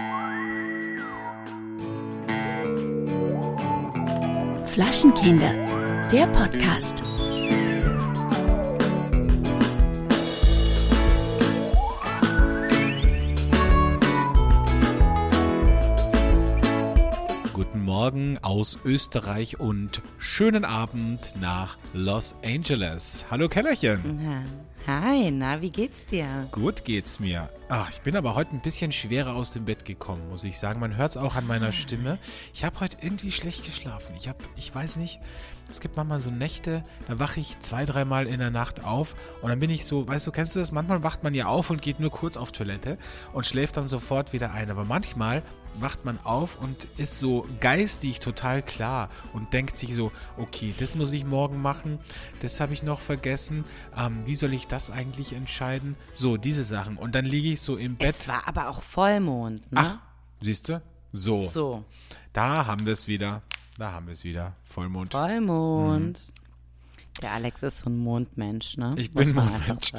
Flaschenkinder, der Podcast. Guten Morgen aus Österreich und schönen Abend nach Los Angeles. Hallo Kellerchen. Hi, na, wie geht's dir? Gut geht's mir. Ach, ich bin aber heute ein bisschen schwerer aus dem Bett gekommen, muss ich sagen. Man hört es auch an meiner Stimme. Ich habe heute irgendwie schlecht geschlafen. Ich weiß nicht, es gibt manchmal so Nächte, da wache ich 2-3 Mal in der Nacht auf und dann bin ich so, weißt du, kennst du das? Manchmal wacht man ja auf und geht nur kurz auf Toilette und schläft dann sofort wieder ein. Aber manchmal wacht man auf und ist so geistig total klar und denkt sich so, okay, das muss ich morgen machen, das habe ich noch vergessen, wie soll ich das eigentlich entscheiden? So, diese Sachen. Und dann liege ich so im Bett. Es war aber auch Vollmond, ne? Ach, siehst du? So. Da haben wir es wieder. Vollmond. Vollmond. Der Alex ist so ein Mondmensch, ne? Ich bin Mondmensch.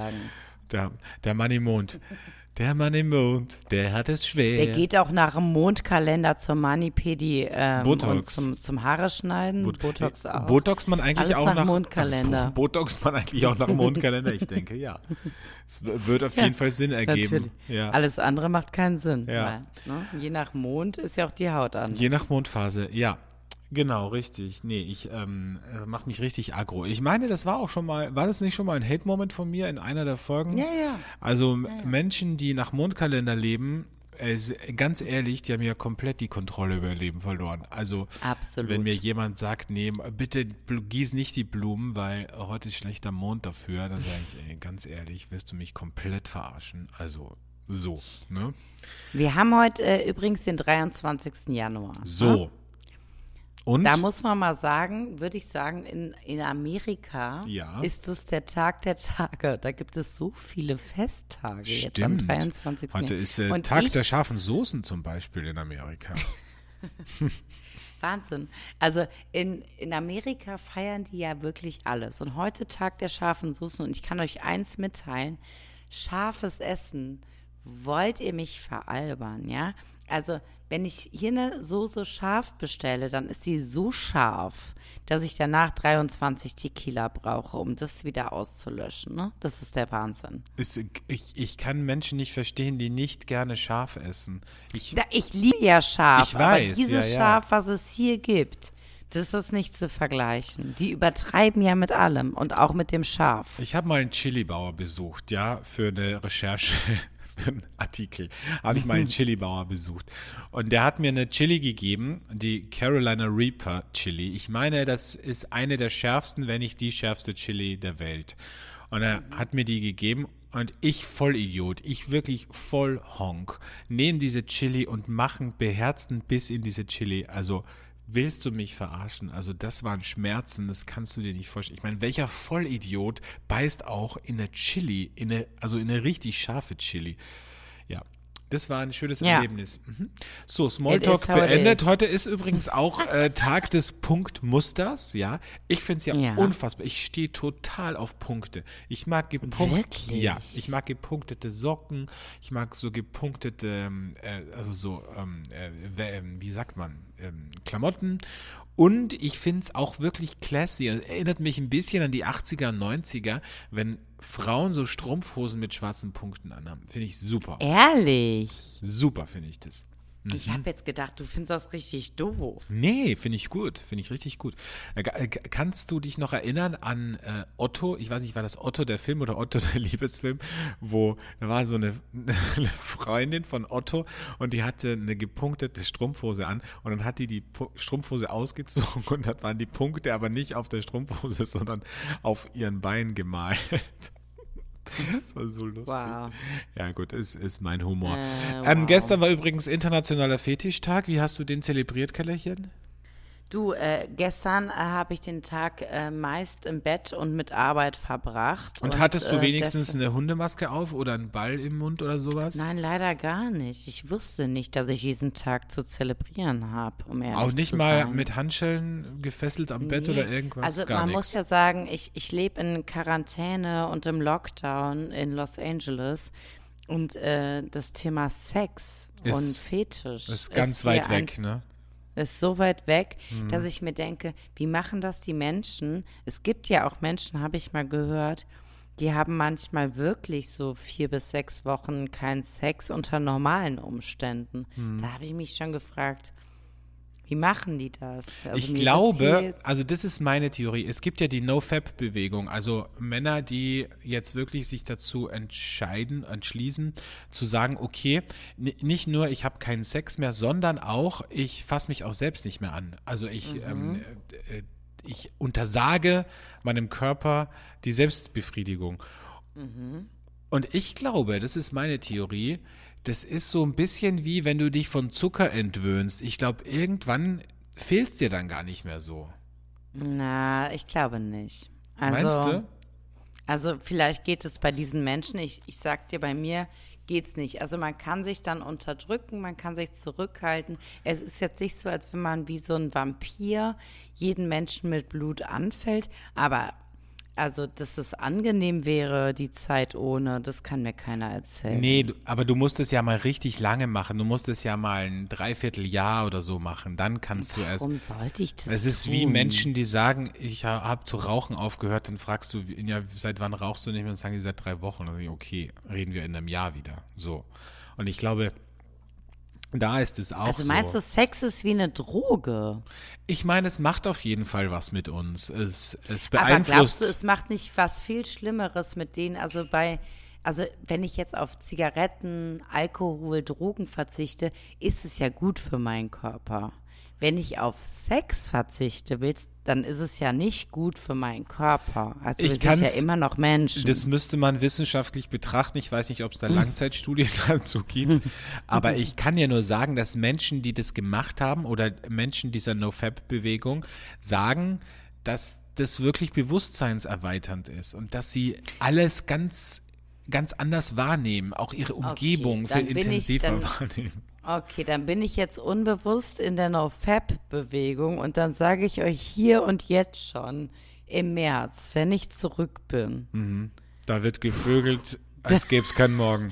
Der Mann im Mond. Der Mann im Mond, der hat es schwer. Der geht auch nach dem Mondkalender zur Manipedi Botox. Und zum Haare schneiden. Botox auch. Botox man eigentlich alles auch nach Mondkalender. Botox man eigentlich auch nach Mondkalender, ich denke, ja. Es wird auf jeden Fall Sinn ergeben. Natürlich. Ja. Alles andere macht keinen Sinn. Ja. Weil, ne? Je nach Mond ist ja auch die Haut an. Je nach Mondphase, ja. Genau, richtig. Nee, ich mach mich richtig aggro. Ich meine, das war das nicht schon mal ein Hate-Moment von mir in einer der Folgen? Ja. Also Menschen, die nach Mondkalender leben, ganz ehrlich, die haben ja komplett die Kontrolle über ihr Leben verloren. Also Absolut. Wenn mir jemand sagt, nee, bitte gieß nicht die Blumen, weil heute ist schlechter Mond dafür, dann sage ich, ganz ehrlich, wirst du mich komplett verarschen. Also so, ne? Wir haben heute übrigens den 23. Januar. So. Ne? Und? Da muss man mal sagen, würde ich sagen, in Amerika ist es der Tag der Tage. Da gibt es so viele Festtage. Stimmt. Jetzt am 23. Heute ist Tag der scharfen Soßen zum Beispiel in Amerika. Wahnsinn. Also in Amerika feiern die ja wirklich alles. Und heute Tag der scharfen Soßen. Und ich kann euch eins mitteilen. Scharfes Essen. Wollt ihr mich veralbern, ja? Also wenn ich hier eine Soße scharf bestelle, dann ist sie so scharf, dass ich danach 23 Tequila brauche, um das wieder auszulöschen. Ne? Das ist der Wahnsinn. Ich kann Menschen nicht verstehen, die nicht gerne scharf essen. Ich liebe ja scharf, ich weiß, aber dieses Scharf, was es hier gibt, das ist nicht zu vergleichen. Die übertreiben ja mit allem und auch mit dem Scharf. Ich habe mal einen Chili-Bauer besucht, ja, für eine Recherche. Für einen Artikel habe ich mal einen Chili-Bauer besucht. Und der hat mir eine Chili gegeben, die Carolina Reaper Chili. Ich meine, das ist eine der schärfsten, wenn nicht die schärfste Chili der Welt. Und er hat mir die gegeben und ich Vollidiot, ich wirklich voll Honk, nehmen diese Chili und machen beherzten Biss in diese Chili. Also willst du mich verarschen? Also das waren Schmerzen, das kannst du dir nicht vorstellen. Ich meine, welcher Vollidiot beißt auch in eine Chili, in eine richtig scharfe Chili? Ja, das war ein schönes Erlebnis. So, Smalltalk beendet. Heute ist übrigens auch Tag des Punktmusters, ja. Ich finde es ja unfassbar. Ich stehe total auf Punkte. Ich mag ich mag gepunktete Socken. Ich mag so gepunktete, wie sagt man, Klamotten. Und ich finde es auch wirklich classy. Erinnert mich ein bisschen an die 80er und 90er, wenn Frauen so Strumpfhosen mit schwarzen Punkten anhaben. Finde ich super. Ehrlich? Super finde ich das. Ich habe jetzt gedacht, du findest das richtig doof. Nee, finde ich gut. Finde ich richtig gut. Kannst du dich noch erinnern an Otto? Ich weiß nicht, war das Otto der Film oder Otto der Liebesfilm? Da war so eine Freundin von Otto und die hatte eine gepunktete Strumpfhose an und dann hat die Strumpfhose ausgezogen und dann waren die Punkte aber nicht auf der Strumpfhose, sondern auf ihren Beinen gemalt. Das war so lustig. Wow. Ja gut, ist mein Humor. Wow. Gestern war übrigens Internationaler Fetischtag. Wie hast du den zelebriert, Kellerchen? Du, gestern habe ich den Tag meist im Bett und mit Arbeit verbracht. Und hattest du wenigstens eine Hundemaske auf oder einen Ball im Mund oder sowas? Nein, leider gar nicht. Ich wusste nicht, dass ich diesen Tag zu zelebrieren habe, um ehrlich zu sein. Auch nicht mal mit Handschellen gefesselt am Bett oder irgendwas? Also gar man nix. muss ja sagen, ich lebe in Quarantäne und im Lockdown in Los Angeles. Und das Thema Sex und Fetisch ist ganz weit weg, ne? Ist so weit weg, dass ich mir denke, wie machen das die Menschen? Es gibt ja auch Menschen, habe ich mal gehört, die haben manchmal wirklich so 4 bis 6 Wochen keinen Sex unter normalen Umständen. Da habe ich mich schon gefragt, wie machen die das? Also Ich mir glaube, erzählt- also das ist meine Theorie, es gibt ja die No-Fap-Bewegung, also Männer, die jetzt wirklich sich dazu entschließen, zu sagen, okay, nicht nur ich habe keinen Sex mehr, sondern auch, ich fasse mich auch selbst nicht mehr an. Also ich untersage meinem Körper die Selbstbefriedigung. Und ich glaube, das ist meine Theorie, das ist so ein bisschen wie, wenn du dich von Zucker entwöhnst. Ich glaube, irgendwann fehlt es dir dann gar nicht mehr so. Na, ich glaube nicht. Meinst du? Also vielleicht geht es bei diesen Menschen, ich sag dir, bei mir geht's nicht. Also man kann sich dann unterdrücken, man kann sich zurückhalten. Es ist jetzt nicht so, als wenn man wie so ein Vampir jeden Menschen mit Blut anfällt, aber also, dass es angenehm wäre, die Zeit ohne, das kann mir keiner erzählen. Nee, aber du musst es ja mal richtig lange machen. Du musst es ja mal ein Dreivierteljahr oder so machen. Dann kannst du erst. Warum sollte ich das Es ist tun? wie Menschen, die sagen, ich habe zu rauchen aufgehört. Dann fragst du, ja, seit wann rauchst du nicht mehr? Dann sagen die, seit 3 Wochen. Dann sag ich, okay, reden wir in einem Jahr wieder. So. Und ich glaube, da ist es auch Also so. meinst du, Sex ist wie eine Droge? Ich meine, es macht auf jeden Fall was mit uns. Es Aber beeinflusst. glaubst du, es macht nicht was viel Schlimmeres mit denen, also wenn ich jetzt auf Zigaretten, Alkohol, Drogen verzichte, ist es ja gut für meinen Körper. Wenn ich auf Sex verzichte, dann ist es ja nicht gut für meinen Körper. Also wir sind ja immer noch Menschen. Das müsste man wissenschaftlich betrachten. Ich weiß nicht, ob es da Langzeitstudien dazu gibt. Aber ich kann ja nur sagen, dass Menschen, die das gemacht haben oder Menschen dieser No-Fap-Bewegung sagen, dass das wirklich bewusstseinserweiternd ist und dass sie alles ganz, ganz anders wahrnehmen, auch ihre Umgebung dann viel bin ich intensiver dann- wahrnehmen. Okay, dann bin ich jetzt unbewusst in der No-Fap-Bewegung und dann sage ich euch hier und jetzt schon im März, wenn ich zurück bin. Da wird gevögelt, als gäbe es keinen Morgen.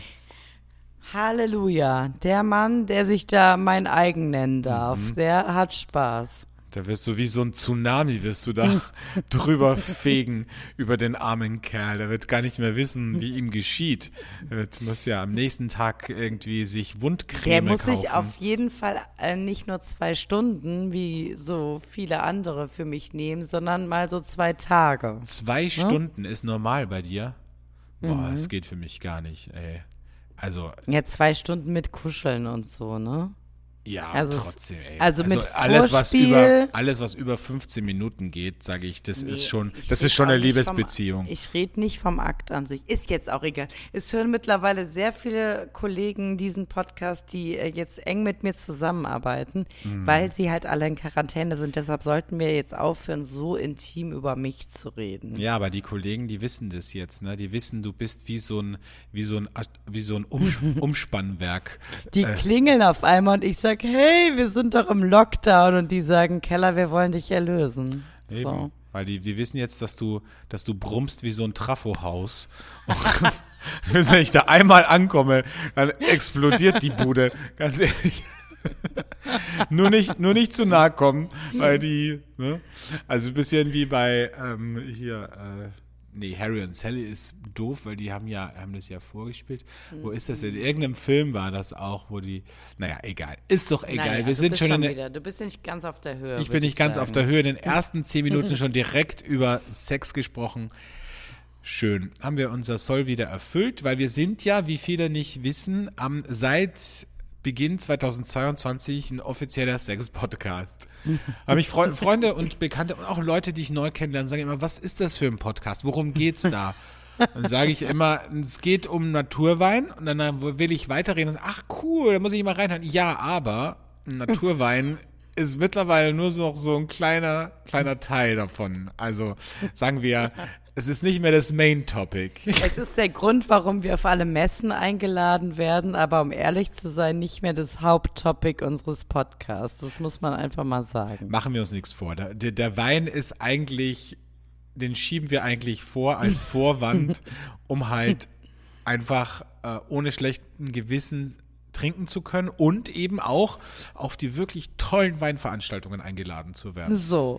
Halleluja, der Mann, der sich da mein eigen nennen darf, der hat Spaß. Da wirst du wie so ein Tsunami, wirst du da drüber fegen über den armen Kerl. Der wird gar nicht mehr wissen, wie ihm geschieht. Er muss ja am nächsten Tag irgendwie sich Wundcreme Der muss kaufen. sich auf jeden Fall nicht nur 2 Stunden, wie so viele andere für mich nehmen, sondern mal so 2 Tage. 2 Stunden ist normal bei dir? Boah, das geht für mich gar nicht, ey. Also, Ja, 2 Stunden mit Kuscheln und so, ne? ja, Also trotzdem, ey. also mit alles, Vorspiel- alles, was über 15 Minuten geht, sage ich, das ist Nee, schon, ich das red ist schon auch eine nicht Liebesbeziehung. Ich rede nicht vom Akt an sich. Ist jetzt auch egal. Es hören mittlerweile sehr viele Kollegen diesen Podcast, die jetzt eng mit mir zusammenarbeiten, weil sie halt alle in Quarantäne sind. Deshalb sollten wir jetzt aufhören, so intim über mich zu reden. Ja, aber die Kollegen, die wissen das jetzt, ne? Die wissen, du bist wie so ein Umspannwerk. Die klingeln auf einmal und ich sage, hey, wir sind doch im Lockdown. Und die sagen, Keller, wir wollen dich erlösen. Eben. So. Weil die wissen jetzt, dass du brummst wie so ein Trafohaus. Und wenn ich da einmal ankomme, dann explodiert die Bude. Ganz ehrlich. nur nicht zu nahe kommen, weil die, ne? Also ein bisschen wie bei Harry und Sally ist doof, weil die haben das ja vorgespielt. Wo ist das? In irgendeinem Film war das auch, wo die, naja, egal. Ist doch egal. Naja, Wir sind bist schon in wieder. Du bist nicht ganz auf der Höhe. Ich bin nicht ganz auf der Höhe. In den ersten 10 Minuten schon direkt über Sex gesprochen. Schön. Haben wir unser Soll wieder erfüllt, weil wir sind ja, wie viele nicht wissen, seit Beginn 2022 ein offizieller Sex-Podcast. Habe ich Freunde und Bekannte und auch Leute, die ich neu kennenlerne, sagen immer, was ist das für ein Podcast? Worum geht's da? Dann sage ich immer, es geht um Naturwein und dann will ich weiterreden und sage, ach cool, da muss ich immer reinhören. Ja, aber Naturwein ist mittlerweile nur noch so ein kleiner Teil davon. Also sagen wir, es ist nicht mehr das Main Topic. Es ist der Grund, warum wir auf alle Messen eingeladen werden, aber um ehrlich zu sein, nicht mehr das Haupttopic unseres Podcasts. Das muss man einfach mal sagen. Machen wir uns nichts vor. Der Wein ist eigentlich, den schieben wir eigentlich vor als Vorwand, um halt einfach ohne schlechten Gewissen trinken zu können und eben auch auf die wirklich tollen Weinveranstaltungen eingeladen zu werden. So.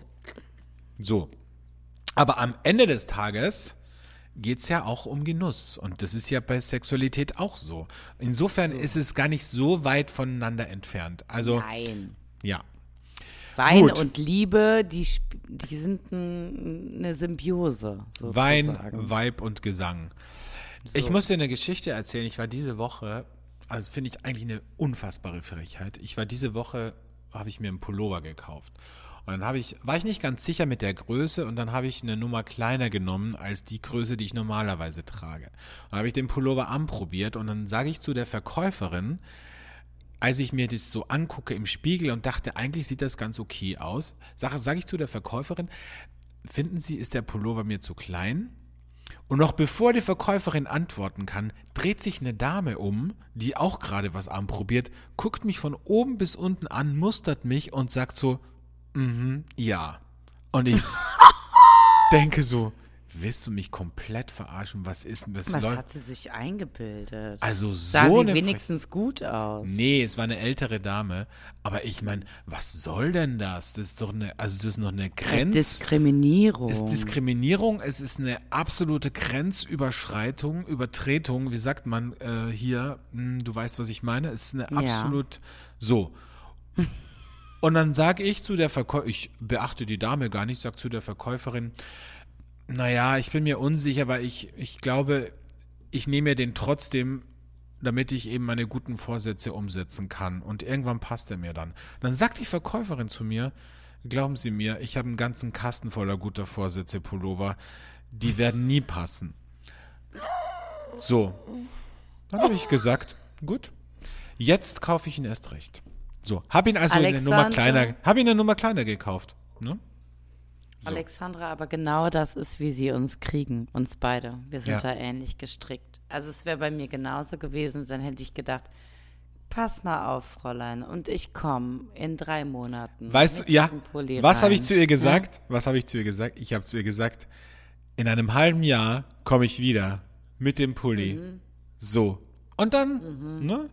Aber am Ende des Tages geht es ja auch um Genuss. Und das ist ja bei Sexualität auch so. Insofern ist es gar nicht so weit voneinander entfernt. Also, Nein. ja. Wein Gut. und Liebe, die sind eine Symbiose. Sozusagen. Wein, Weib und Gesang. So. Ich muss dir eine Geschichte erzählen. Ich war diese Woche, also finde ich eigentlich eine unfassbare Frechheit. Habe ich mir einen Pullover gekauft. Und dann war ich nicht ganz sicher mit der Größe und dann habe ich eine Nummer kleiner genommen als die Größe, die ich normalerweise trage. Und dann habe ich den Pullover anprobiert und dann sage ich zu der Verkäuferin, als ich mir das so angucke im Spiegel und dachte, eigentlich sieht das ganz okay aus, sage ich zu der Verkäuferin, finden Sie, ist der Pullover mir zu klein? Und noch bevor die Verkäuferin antworten kann, dreht sich eine Dame um, die auch gerade was anprobiert, guckt mich von oben bis unten an, mustert mich und sagt so, ja. Und ich denke so, willst du mich komplett verarschen? Was hat sie sich eingebildet? Also Sah so sie eine wenigstens gut aus? Nee, es war eine ältere Dame. Aber ich meine, was soll denn das? Das ist doch das ist noch eine Diskriminierung. Es ist Diskriminierung, es ist eine absolute Grenzüberschreitung, Übertretung, wie sagt man hier, du weißt, was ich meine, es ist eine absolut so. Und dann sage ich zu der Verkäuferin, ich beachte die Dame gar nicht, sage zu der Verkäuferin, naja, ich bin mir unsicher, aber ich glaube, ich nehme mir den trotzdem, damit ich eben meine guten Vorsätze umsetzen kann. Und irgendwann passt er mir dann. Dann sagt die Verkäuferin zu mir, glauben Sie mir, ich habe einen ganzen Kasten voller guter Vorsätze, Pullover, die werden nie passen. So, dann habe ich gesagt, gut, jetzt kaufe ich ihn erst recht. So, habe ihn also eine Nummer kleiner gekauft. Ne? So. Alexandra, aber genau das ist, wie sie uns kriegen, uns beide. Wir sind da ähnlich gestrickt. Also es wäre bei mir genauso gewesen, dann hätte ich gedacht, pass mal auf, Fräulein, und ich komme in 3 Monaten. Weißt du, was habe ich zu ihr gesagt? Ja? Was habe ich zu ihr gesagt? Ich habe zu ihr gesagt, in einem halben Jahr komme ich wieder mit dem Pulli. So. Und dann, ne?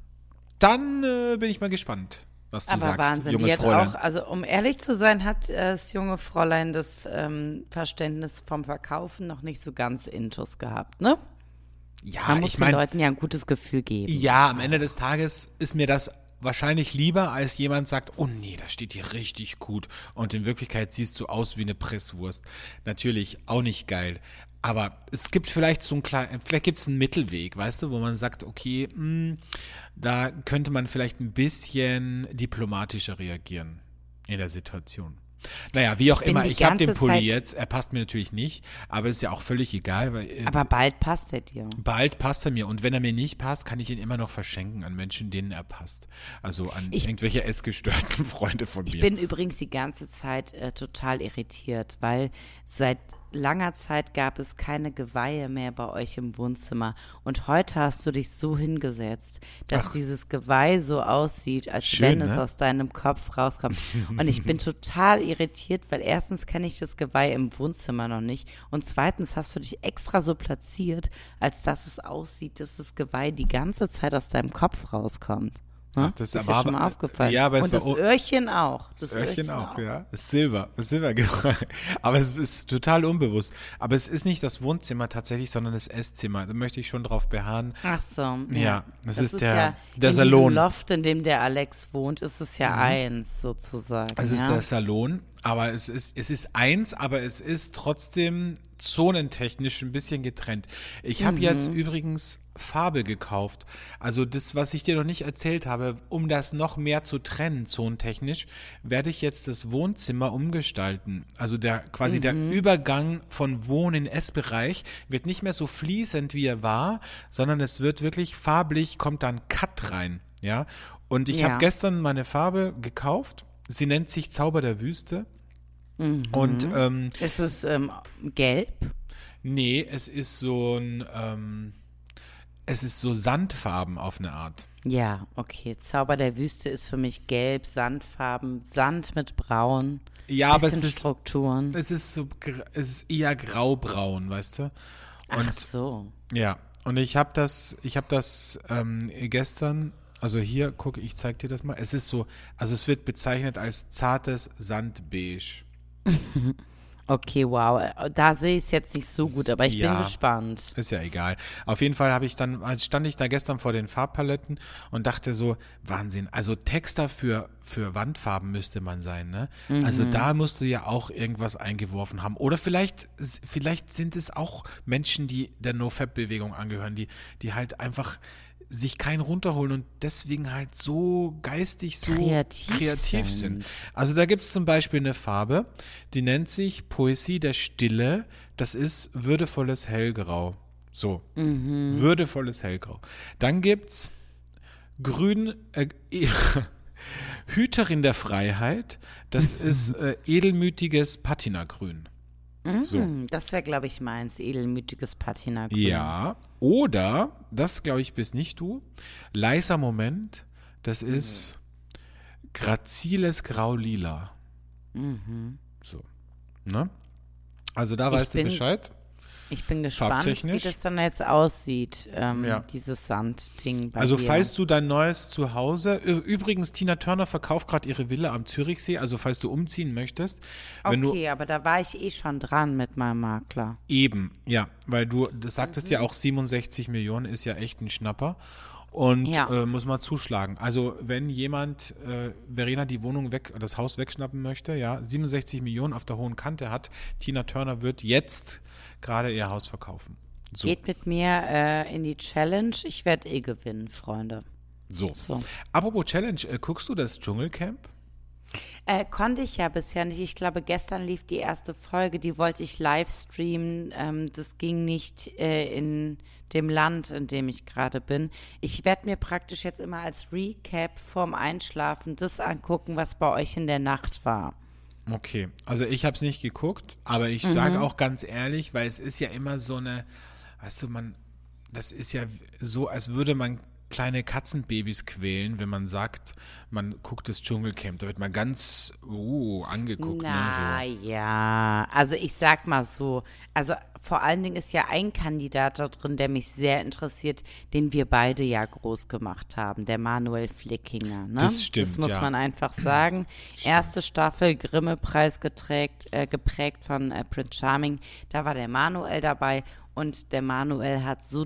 Dann bin ich mal gespannt, was du aber sagst, Wahnsinn, junges die hat Fräulein. auch, also um ehrlich zu sein, hat das junge Fräulein das Verständnis vom Verkaufen noch nicht so ganz intus gehabt, ne? Ja, Man muss den Leuten ja ein gutes Gefühl geben. Ja, am Ende des Tages ist mir das wahrscheinlich lieber, als jemand sagt, oh nee, das steht hier richtig gut und in Wirklichkeit siehst du aus wie eine Presswurst. Natürlich auch nicht geil. Aber es gibt vielleicht vielleicht gibt es einen Mittelweg, weißt du, wo man sagt, okay, da könnte man vielleicht ein bisschen diplomatischer reagieren in der Situation. Naja, wie auch immer, ich habe den Pulli jetzt, er passt mir natürlich nicht, aber ist ja auch völlig egal. Weil, aber bald passt er dir. Bald passt er mir und wenn er mir nicht passt, kann ich ihn immer noch verschenken an Menschen, denen er passt. Also an irgendwelche essgestörten Freunde von mir. Ich bin übrigens die ganze Zeit total irritiert, weil seit langer Zeit gab es keine Geweihe mehr bei euch im Wohnzimmer und heute hast du dich so hingesetzt, dass dieses Geweih so aussieht, als schön, wenn es aus deinem Kopf rauskommt. Und ich bin total irritiert, weil erstens kenne ich das Geweih im Wohnzimmer noch nicht und zweitens hast du dich extra so platziert, als dass es aussieht, dass das Geweih die ganze Zeit aus deinem Kopf rauskommt. Ach, das ist dir schon mal aufgefallen. Ja, aber und das Öhrchen auch. Das Öhrchen auch, ja. Das ist Silber. Aber es ist total unbewusst. Aber es ist nicht das Wohnzimmer tatsächlich, sondern das Esszimmer. Da möchte ich schon drauf beharren. Ach so. Ja, das ist der ja Salon. In diesem Loft, in dem der Alex wohnt, ist es ja eins sozusagen. Es ist der Salon, aber es ist eins, aber es ist trotzdem zonentechnisch ein bisschen getrennt. Ich habe jetzt übrigens Farbe gekauft. Also das, was ich dir noch nicht erzählt habe, um das noch mehr zu trennen, zonentechnisch, werde ich jetzt das Wohnzimmer umgestalten. Also der Übergang von Wohn- in Essbereich wird nicht mehr so fließend, wie er war, sondern es wird wirklich farblich, kommt da ein Cut rein. Ja? Und ich habe gestern meine Farbe gekauft. Sie nennt sich Zauber der Wüste. Und ist es gelb? Nee, es ist so Sandfarben auf eine Art. Ja, okay. Zauber der Wüste ist für mich gelb, Sandfarben, Sand mit braun. Ja, aber Strukturen. es ist eher graubraun, weißt du? Und, ach so. Ja, und ich habe das gestern, also hier, guck, ich zeig dir das mal. Es ist so, also es wird bezeichnet als zartes Sandbeige. Okay, wow. Da sehe ich es jetzt nicht so gut, aber ich bin gespannt. Ist ja egal. Auf jeden Fall stand ich da gestern vor den Farbpaletten und dachte so, Wahnsinn, also Texter für Wandfarben müsste man sein, ne? Also da musst du ja auch irgendwas eingeworfen haben. Oder vielleicht sind es auch Menschen, die der No-Fab-Bewegung angehören, die halt einfach sich keinen runterholen und deswegen halt so geistig so kreativ sind. Also da gibt es zum Beispiel eine Farbe, die nennt sich Poesie der Stille. Das ist würdevolles Hellgrau. So, würdevolles Hellgrau. Dann gibt's Grün, Hüterin der Freiheit. Das ist edelmütiges Patinagrün. So. Das wäre, glaube ich, meins, edelmütiges Patinagrün. Ja, oder, das glaube ich bist nicht du, leiser Moment, das ist graziles Grau-Lila. So, ne? Also da weißt du Bescheid. Ich bin gespannt, wie das dann jetzt aussieht, dieses Sandding bei Also dir. falls du dein neues Zuhause, übrigens Tina Turner verkauft gerade ihre Villa am Zürichsee, also falls du umziehen möchtest. Okay, aber da war ich schon dran mit meinem Makler. Eben, ja, weil du, das sagtest ja auch, 67 Millionen ist ja echt ein Schnapper. Und muss man zuschlagen. Also wenn jemand Verena die Wohnung das Haus wegschnappen möchte, 67 Millionen auf der hohen Kante hat, Tina Turner wird jetzt gerade ihr Haus verkaufen. So. Geht mit mir in die Challenge. Ich werde gewinnen, Freunde. So. Apropos Challenge, guckst du das Dschungelcamp? Konnte ich ja bisher nicht. Ich glaube, gestern lief die erste Folge, die wollte ich live streamen. Das ging nicht in dem Land, in dem ich gerade bin. Ich werde mir praktisch jetzt immer als Recap vorm Einschlafen das angucken, was bei euch in der Nacht war. Okay, also ich habe es nicht geguckt, aber ich sage auch ganz ehrlich, weil es ist ja immer so eine, weißt du, das ist ja so, als würde man kleine Katzenbabys quälen, wenn man sagt, man guckt das Dschungelcamp. Da wird man ganz angeguckt. Ja, also ich sag mal so, also vor allen Dingen ist ja ein Kandidat da drin, der mich sehr interessiert, den wir beide ja groß gemacht haben, der Manuel Flickinger. Ne? Das stimmt, das muss man einfach sagen. Erste Staffel, Grimme-Preis geprägt von Prince Charming, da war der Manuel dabei und der Manuel hat so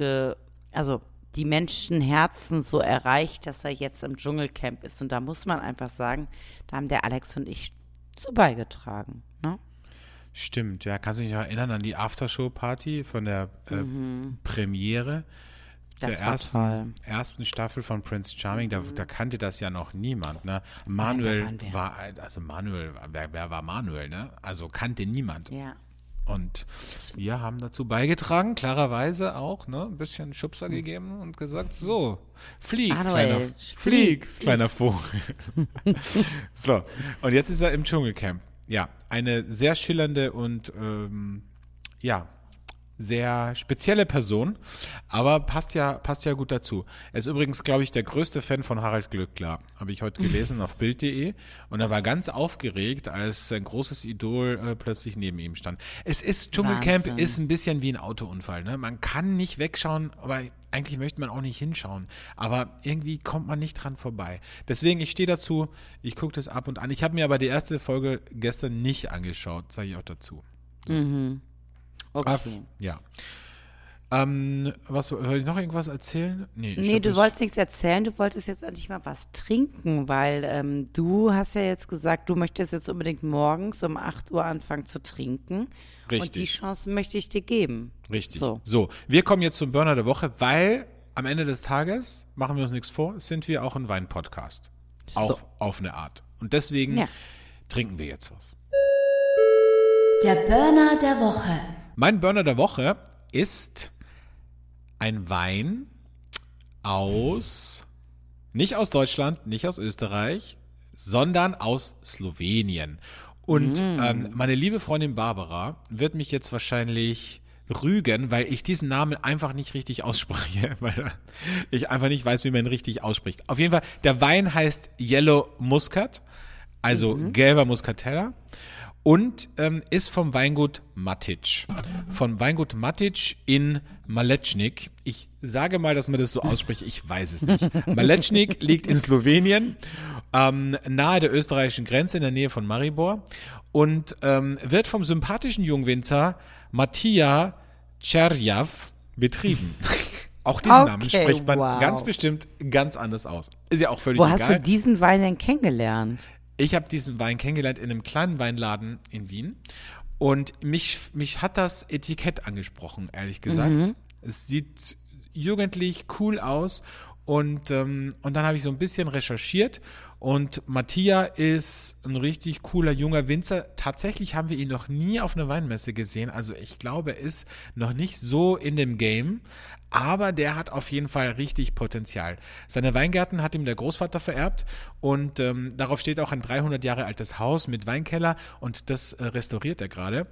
die Menschenherzen so erreicht, dass er jetzt im Dschungelcamp ist. Und da muss man einfach sagen, da haben der Alex und ich zu beigetragen. Ne? Stimmt, ja. Kannst du dich noch erinnern an die Aftershow-Party von der Premiere der ersten Staffel von Prince Charming? Da kannte das ja noch niemand. Ne? Manuel wer war Manuel? Ne? Also kannte niemand. Ja. Und wir haben dazu beigetragen, klarerweise auch, ne, ein bisschen Schubser gegeben und gesagt, so, flieg, kleiner Vogel. So, und jetzt ist er im Dschungelcamp. Ja, eine sehr schillernde und, sehr spezielle Person, aber passt ja gut dazu. Er ist übrigens, glaube ich, der größte Fan von Harald Glöckler, habe ich heute gelesen auf Bild.de, und er war ganz aufgeregt, als sein großes Idol plötzlich neben ihm stand. Dschungelcamp ist ein bisschen wie ein Autounfall, ne? Man kann nicht wegschauen, aber eigentlich möchte man auch nicht hinschauen, aber irgendwie kommt man nicht dran vorbei. Deswegen, ich stehe dazu, ich gucke das ab und an. Ich habe mir aber die erste Folge gestern nicht angeschaut, sage ich auch dazu. Mhm. Okay. Ja. Soll ich noch irgendwas erzählen? Nee, du wolltest nichts erzählen, du wolltest jetzt endlich mal was trinken, weil du hast ja jetzt gesagt, du möchtest jetzt unbedingt morgens um 8 Uhr anfangen zu trinken. Richtig. Und die Chance möchte ich dir geben. Richtig. So, wir kommen jetzt zum Burner der Woche, weil am Ende des Tages, machen wir uns nichts vor, sind wir auch ein Wein-Podcast. Auch auf eine Art. Und deswegen trinken wir jetzt was. Der Burner der Woche. Mein Burner der Woche ist ein Wein nicht aus Deutschland, nicht aus Österreich, sondern aus Slowenien. Und meine liebe Freundin Barbara wird mich jetzt wahrscheinlich rügen, weil ich diesen Namen einfach nicht richtig ausspreche, weil ich einfach nicht weiß, wie man ihn richtig ausspricht. Auf jeden Fall, der Wein heißt Yellow Muscat, also gelber Muscatella. und ist vom Weingut Matic. Von Weingut Matic in Malečnik. Ich sage mal, dass man das so ausspricht, ich weiß es nicht. Malečnik liegt in Slowenien, nahe der österreichischen Grenze in der Nähe von Maribor und wird vom sympathischen Jungwinzer Matija Čerjav betrieben. Auch diesen Namen spricht man ganz bestimmt ganz anders aus. Ist ja auch völlig egal. Wo hast du diesen Wein denn kennengelernt? Ich habe diesen Wein kennengelernt in einem kleinen Weinladen in Wien und mich hat das Etikett angesprochen, ehrlich gesagt. Es sieht jugendlich cool aus und dann habe ich so ein bisschen recherchiert und Matija ist ein richtig cooler junger Winzer. Tatsächlich haben wir ihn noch nie auf einer Weinmesse gesehen, also ich glaube, er ist noch nicht so in dem Game, aber der hat auf jeden Fall richtig Potenzial. Seine Weingärten hat ihm der Großvater vererbt und darauf steht auch ein 300 Jahre altes Haus mit Weinkeller und das restauriert er gerade.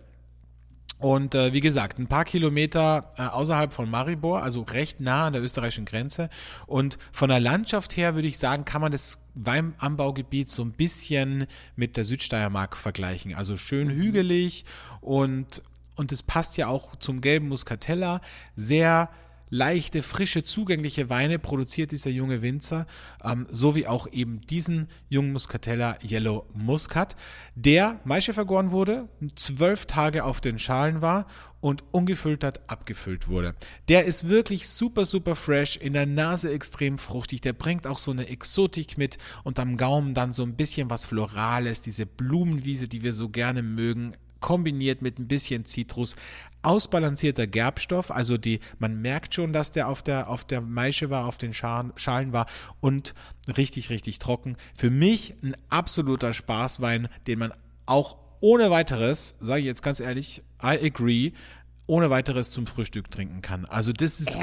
Und wie gesagt, ein paar Kilometer außerhalb von Maribor, also recht nah an der österreichischen Grenze. Und von der Landschaft her würde ich sagen, kann man das Weinanbaugebiet so ein bisschen mit der Südsteiermark vergleichen. Also schön hügelig und es passt ja auch zum gelben Muscatella. Sehr leichte, frische, zugängliche Weine produziert dieser junge Winzer, so wie auch eben diesen jungen Muscatella Yellow Muscat, der Maische vergoren wurde, 12 Tage auf den Schalen war und ungefiltert abgefüllt wurde. Der ist wirklich super, super fresh, in der Nase extrem fruchtig, der bringt auch so eine Exotik mit und am Gaumen dann so ein bisschen was Florales, diese Blumenwiese, die wir so gerne mögen, kombiniert mit ein bisschen Zitrus, ausbalancierter Gerbstoff, also man merkt schon, dass der auf der Maische war, auf den Schalen war und richtig, richtig trocken. Für mich ein absoluter Spaßwein, den man auch ohne weiteres, sage ich jetzt ganz ehrlich, I agree, ohne weiteres zum Frühstück trinken kann. Also das ist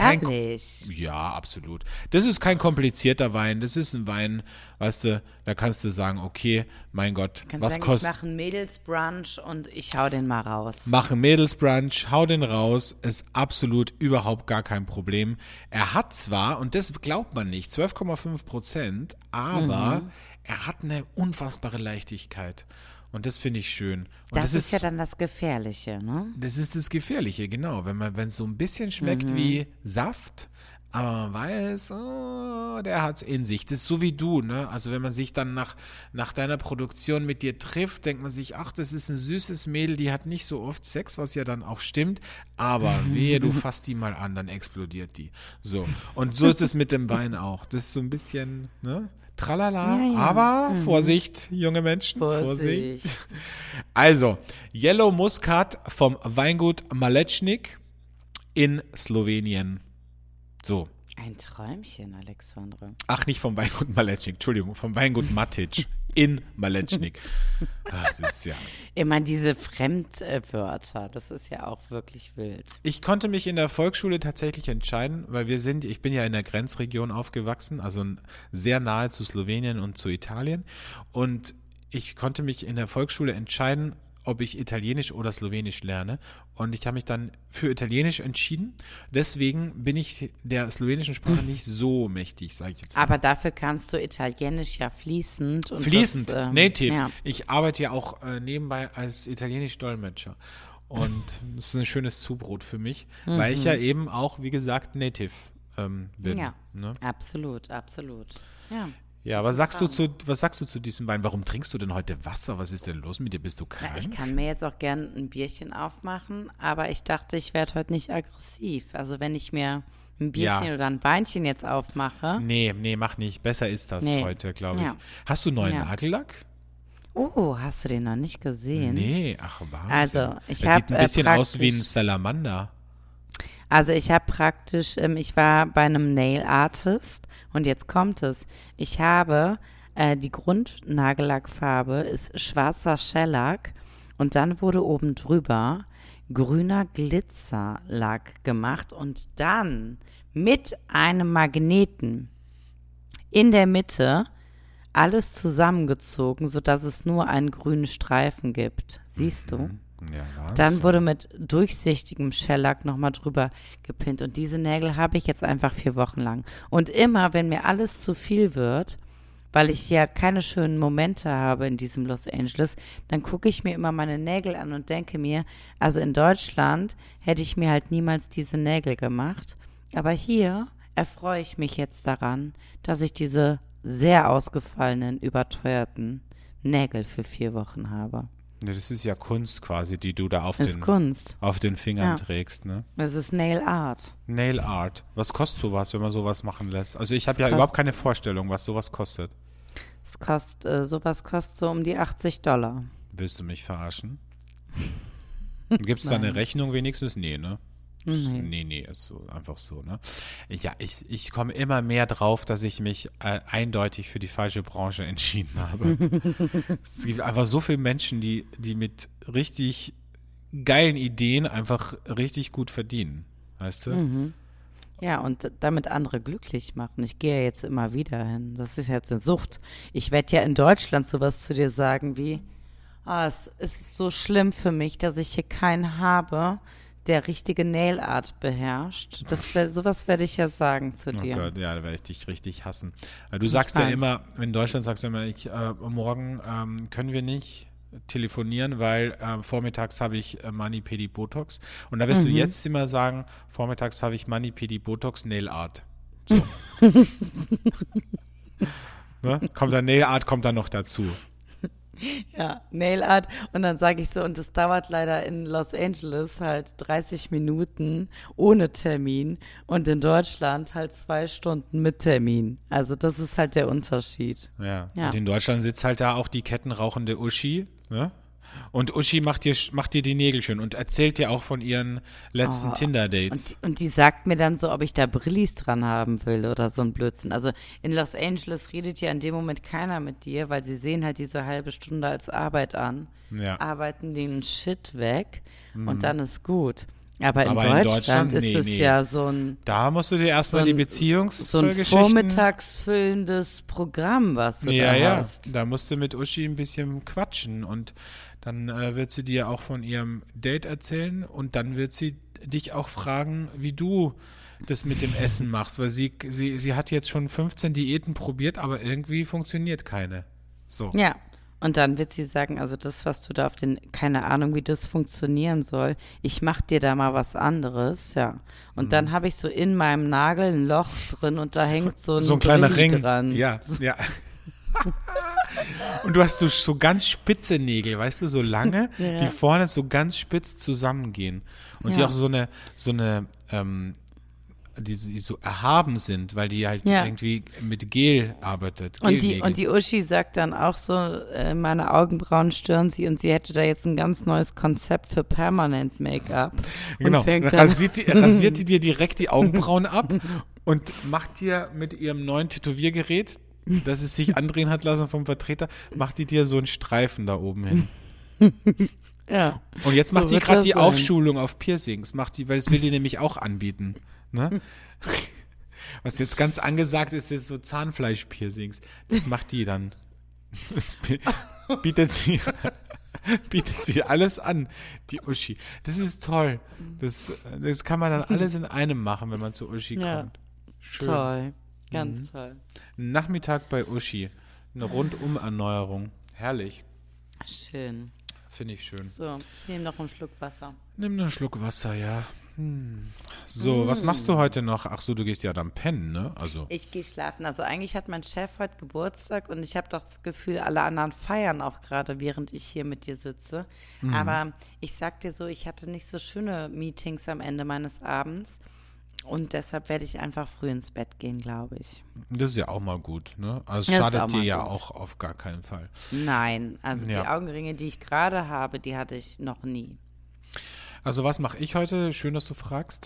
ja, absolut. Das ist kein komplizierter Wein. Das ist ein Wein, weißt du, da kannst du sagen, okay, mein Gott, was kostet. Ich mache einen Mädelsbrunch und ich hau den mal raus. Mach einen Mädelsbrunch, hau den raus, ist absolut überhaupt gar kein Problem. Er hat zwar, und das glaubt man nicht, 12,5%, aber er hat eine unfassbare Leichtigkeit. Und das finde ich schön. Und das ist ja dann das Gefährliche, ne? Das ist das Gefährliche, genau. Wenn es so ein bisschen schmeckt wie Saft, aber man weiß, oh, der hat's in sich. Das ist so wie du, ne? Also wenn man sich dann nach deiner Produktion mit dir trifft, denkt man sich, ach, das ist ein süßes Mädel, die hat nicht so oft Sex, was ja dann auch stimmt, aber wehe, du fasst die mal an, dann explodiert die. So. Und so ist es mit dem Wein auch. Das ist so ein bisschen, ne? Tralala, ja. Aber Vorsicht, junge Menschen, Vorsicht. Also, Yellow Muscat vom Weingut Malečnik in Slowenien. So. Ein Träumchen, Alexandre. Ach, nicht vom Weingut Malečnik, Entschuldigung, vom Weingut Matic in Malečnik. Das ist ja. Immer diese Fremdwörter, das ist ja auch wirklich wild. Ich konnte mich in der Volksschule tatsächlich entscheiden, weil ich bin ja in der Grenzregion aufgewachsen, also sehr nahe zu Slowenien und zu Italien. Und ich konnte mich in der Volksschule entscheiden, ob ich Italienisch oder Slowenisch lerne. Und ich habe mich dann für Italienisch entschieden. Deswegen bin ich der slowenischen Sprache nicht so mächtig, sage ich jetzt mal. Aber dafür kannst du Italienisch ja fließend. Und fließend, native. Ja. Ich arbeite ja auch nebenbei als Italienisch-Dolmetscher. Und das ist ein schönes Zubrot für mich, weil ich ja eben auch, wie gesagt, native bin. Ja, ne? Absolut, absolut. Ja. Ja, was sagst du zu diesem Wein? Warum trinkst du denn heute Wasser? Was ist denn los mit dir? Bist du krank? Na, ich kann mir jetzt auch gern ein Bierchen aufmachen, aber ich dachte, ich werde heute nicht aggressiv. Also wenn ich mir ein Bierchen oder ein Weinchen jetzt aufmache. Nee, mach nicht. Besser ist das heute, glaube ich. Ja. Hast du neuen Nagellack? Oh, hast du den noch nicht gesehen? Nee, ach Wahnsinn. Also, sieht ein bisschen aus wie ein Salamander. Also ich habe praktisch, ich war bei einem Nail Artist und jetzt kommt es. Ich habe, die Grundnagellackfarbe ist schwarzer Shellac und dann wurde oben drüber grüner Glitzerlack gemacht und dann mit einem Magneten in der Mitte alles zusammengezogen, sodass es nur einen grünen Streifen gibt. Siehst du? Ja, dann wurde mit durchsichtigem Shellac nochmal drüber gepinnt. Und diese Nägel habe ich jetzt einfach 4 Wochen lang. Und immer, wenn mir alles zu viel wird, weil ich ja keine schönen Momente habe in diesem Los Angeles, dann gucke ich mir immer meine Nägel an und denke mir, also in Deutschland hätte ich mir halt niemals diese Nägel gemacht. Aber hier erfreue ich mich jetzt daran, dass ich diese sehr ausgefallenen, überteuerten Nägel für 4 Wochen habe. Ja, das ist ja Kunst quasi, die du da auf Das ist Kunst. den Fingern Ja. trägst, ne? Das ist Nail Art. Nail Art. Was kostet sowas, wenn man sowas machen lässt? Also ich habe ja kostet- überhaupt keine Vorstellung, was sowas kostet. Sowas kostet so um die $80. Willst du mich verarschen? Gibt es da eine Nein. Rechnung wenigstens? Nee, ne? Nee. Nee, ist so, einfach so, ne? Ja, ich komme immer mehr drauf, dass ich mich eindeutig für die falsche Branche entschieden habe. Es gibt einfach so viele Menschen, die mit richtig geilen Ideen einfach richtig gut verdienen, weißt du? Ja, und damit andere glücklich machen. Ich gehe ja jetzt immer wieder hin. Das ist jetzt eine Sucht. Ich werde ja in Deutschland sowas zu dir sagen wie, es ist so schlimm für mich, dass ich hier keinen habe, der richtige Nail Art beherrscht. Sowas werde ich ja sagen zu Oh dir. Gott, ja, da werde ich dich richtig hassen. Du sagst ja weiß. immer, in Deutschland sagst du immer, morgen können wir nicht telefonieren, weil vormittags habe ich Mani-Pedi Botox. Und da wirst du jetzt immer sagen, vormittags habe ich Mani-Pedi Botox Nail Art. So. Ne? Nail Art kommt dann noch dazu. Ja, Nail Art. Und dann sage ich so, und es dauert leider in Los Angeles halt 30 Minuten ohne Termin und in Deutschland halt 2 Stunden mit Termin. Also das ist halt der Unterschied. Ja. Ja. Und in Deutschland sitzt halt da auch die kettenrauchende Uschi, ne? Und Uschi macht dir die Nägel schön und erzählt dir auch von ihren letzten Tinder-Dates. Und die sagt mir dann so, ob ich da Brillis dran haben will oder so ein Blödsinn. Also in Los Angeles redet ja in dem Moment keiner mit dir, weil sie sehen halt diese halbe Stunde als Arbeit an, Ja. arbeiten den Shit weg und dann ist gut. Aber in Aber in Deutschland ist nee, es nee. ja so ein Da musst du dir erstmal die so ein Beziehungsgeschichten. vormittagsfüllendes Programm, was du Ja, da ja. hast. Da musst du mit Uschi ein bisschen quatschen und dann wird sie dir auch von ihrem Date erzählen und dann wird sie dich auch fragen, wie du das mit dem Essen machst, weil sie hat jetzt schon 15 Diäten probiert, aber irgendwie funktioniert keine. So. Ja, und dann wird sie sagen, also das, was du da keine Ahnung, wie das funktionieren soll, ich mach dir da mal was anderes, ja. Und dann habe ich so in meinem Nagel ein Loch drin und da hängt so ein kleiner Brilli Ring. dran. Ja, ja. Und du hast so ganz spitze Nägel, weißt du, so lange, Ja. die vorne so ganz spitz zusammengehen. Und die Ja. auch so eine die so erhaben sind, weil die halt Ja. irgendwie mit Gel arbeitet. Und Gelnägel. die Uschi sagt dann auch so, meine Augenbrauen stören sie und sie hätte da jetzt ein ganz neues Konzept für Permanent Make-up. Genau, Und fängt dann dann, rasiert die dir direkt die Augenbrauen ab und macht dir mit ihrem neuen Tätowiergerät, das es sich andrehen hat lassen vom Vertreter, macht die dir so einen Streifen da oben hin. ja. Und jetzt macht So die wird gerade das die sein. Aufschulung auf Piercings, weil das will die nämlich auch anbieten. Ne? Was jetzt ganz angesagt ist, ist so Zahnfleisch-Piercings. Das macht die dann. Das bietet sie alles an, die Uschi. Das ist toll. Das kann man dann alles in einem machen, wenn man zu Uschi Ja. kommt. Schön. Toll, ganz toll. Nachmittag bei Uschi. Eine Rundum-Erneuerung. Herrlich. Schön. Finde ich schön. So, ich nehme noch einen Schluck Wasser. Nimm einen Schluck Wasser, ja. So, was machst du heute noch? Ach so, du gehst ja dann pennen, ne? Also, Ich gehe schlafen. Also eigentlich hat mein Chef heute Geburtstag und ich habe doch das Gefühl, alle anderen feiern auch gerade, während ich hier mit dir sitze. Aber ich sag dir so, ich hatte nicht so schöne Meetings am Ende meines Abends und deshalb werde ich einfach früh ins Bett gehen, glaube ich. das ist ja auch mal gut, ne? Also, es Das ist schadet auch dir mal ja gut. auch auf gar keinen Fall. Nein, also Ja. die Augenringe, die ich gerade habe, die hatte ich noch nie. Also, was mache ich heute? Schön, dass du fragst.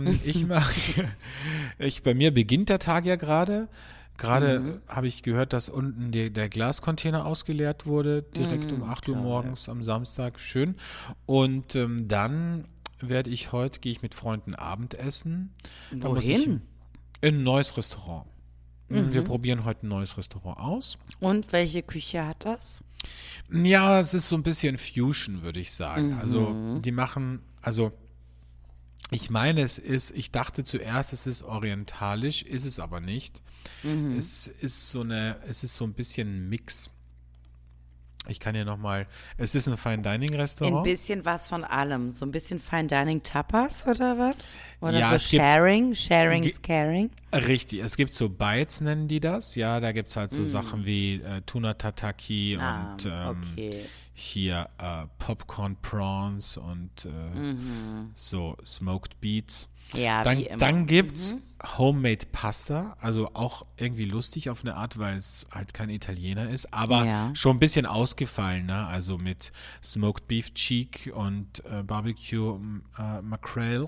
Bei mir beginnt der Tag ja gerade. Gerade habe ich gehört, dass unten der Glascontainer ausgeleert wurde, direkt um 8 Uhr toll. morgens am Samstag. Schön. Und dann gehe ich mit Freunden Abendessen. Da muss ich Wohin? in ein neues Restaurant. Wir probieren heute ein neues Restaurant aus. Und welche Küche hat das? Ja, es ist so ein bisschen Fusion, würde ich sagen. Also Ich meine, ich dachte zuerst, es ist orientalisch, ist es aber nicht. Es ist so ein bisschen ein Mix. Ich kann hier nochmal, es ist ein Fine-Dining-Restaurant. Ein bisschen was von allem. So ein bisschen Fine Dining Tapas oder was? Oder Ja, so es gibt- Sharing? Sharing is caring? Richtig, es gibt so Bites, nennen die das. Ja, da gibt es halt so Sachen wie Tuna Tataki und okay. hier Popcorn Prawns und so Smoked Beets. Ja, Dann, wie immer. dann gibt's Homemade Pasta, also auch irgendwie lustig auf eine Art, weil es halt kein Italiener ist, aber Ja. schon ein bisschen ausgefallen, ne? Also mit Smoked Beef Cheek und Barbecue Mackerel.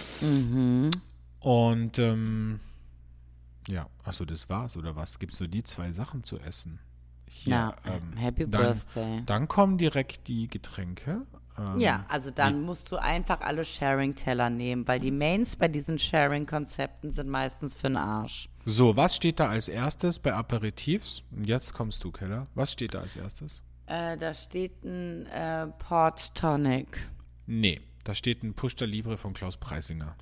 Und ja, achso, das war's, oder was? Gibt's nur die 2 Sachen zu essen? Hier, Na, Happy dann, Birthday. Dann kommen direkt die Getränke. Ja, also dann musst du einfach alle Sharing-Teller nehmen, weil die Mains bei diesen Sharing-Konzepten sind meistens für den Arsch. So, was steht da als erstes bei Aperitifs? Jetzt kommst du, Keller. Was steht da als erstes? Da steht ein Port Tonic. Nee, da steht ein Push der Libre von Klaus Preisinger.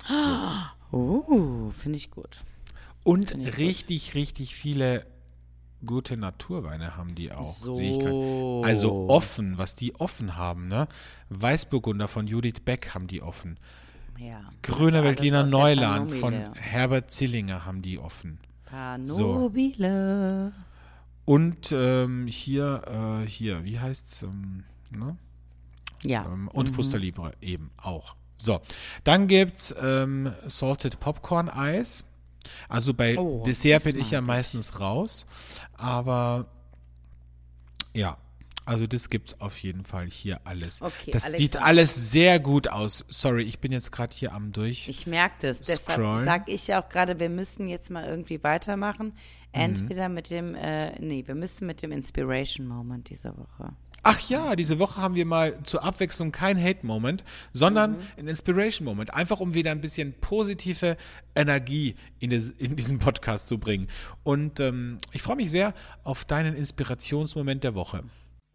Finde ich gut. Und richtig, richtig viele gute Naturweine haben die auch. So. Sehe ich grad. Also offen, was die offen haben, ne? Weißburgunder von Judith Beck haben die offen. Ja. Grüner Also Veltliner alles aus der Neuland von Panomile. Herbert Zillinger haben die offen. Panobile. Und hier, wie heißt's? Ne? Ja. Und Pusta Libre eben auch. So, dann gibt's Salted Popcorn Eis. Also bei Dessert das bin ich ja mag ich. meistens raus. Aber ja, also das gibt's auf jeden Fall hier alles. Okay, das Alexander. sieht alles sehr gut aus. Sorry, ich bin jetzt gerade hier am durch. Ich merke das. Deshalb Scrollen. sage ich ja auch gerade, wir müssen jetzt mal irgendwie weitermachen. Entweder mit dem, wir müssen mit dem Inspiration Moment diese Woche. Ach ja, diese Woche haben wir mal zur Abwechslung kein Hate-Moment, sondern ein Inspiration-Moment. Einfach, um wieder ein bisschen positive Energie in diesen Podcast zu bringen. Und ich freue mich sehr auf deinen Inspirationsmoment der Woche.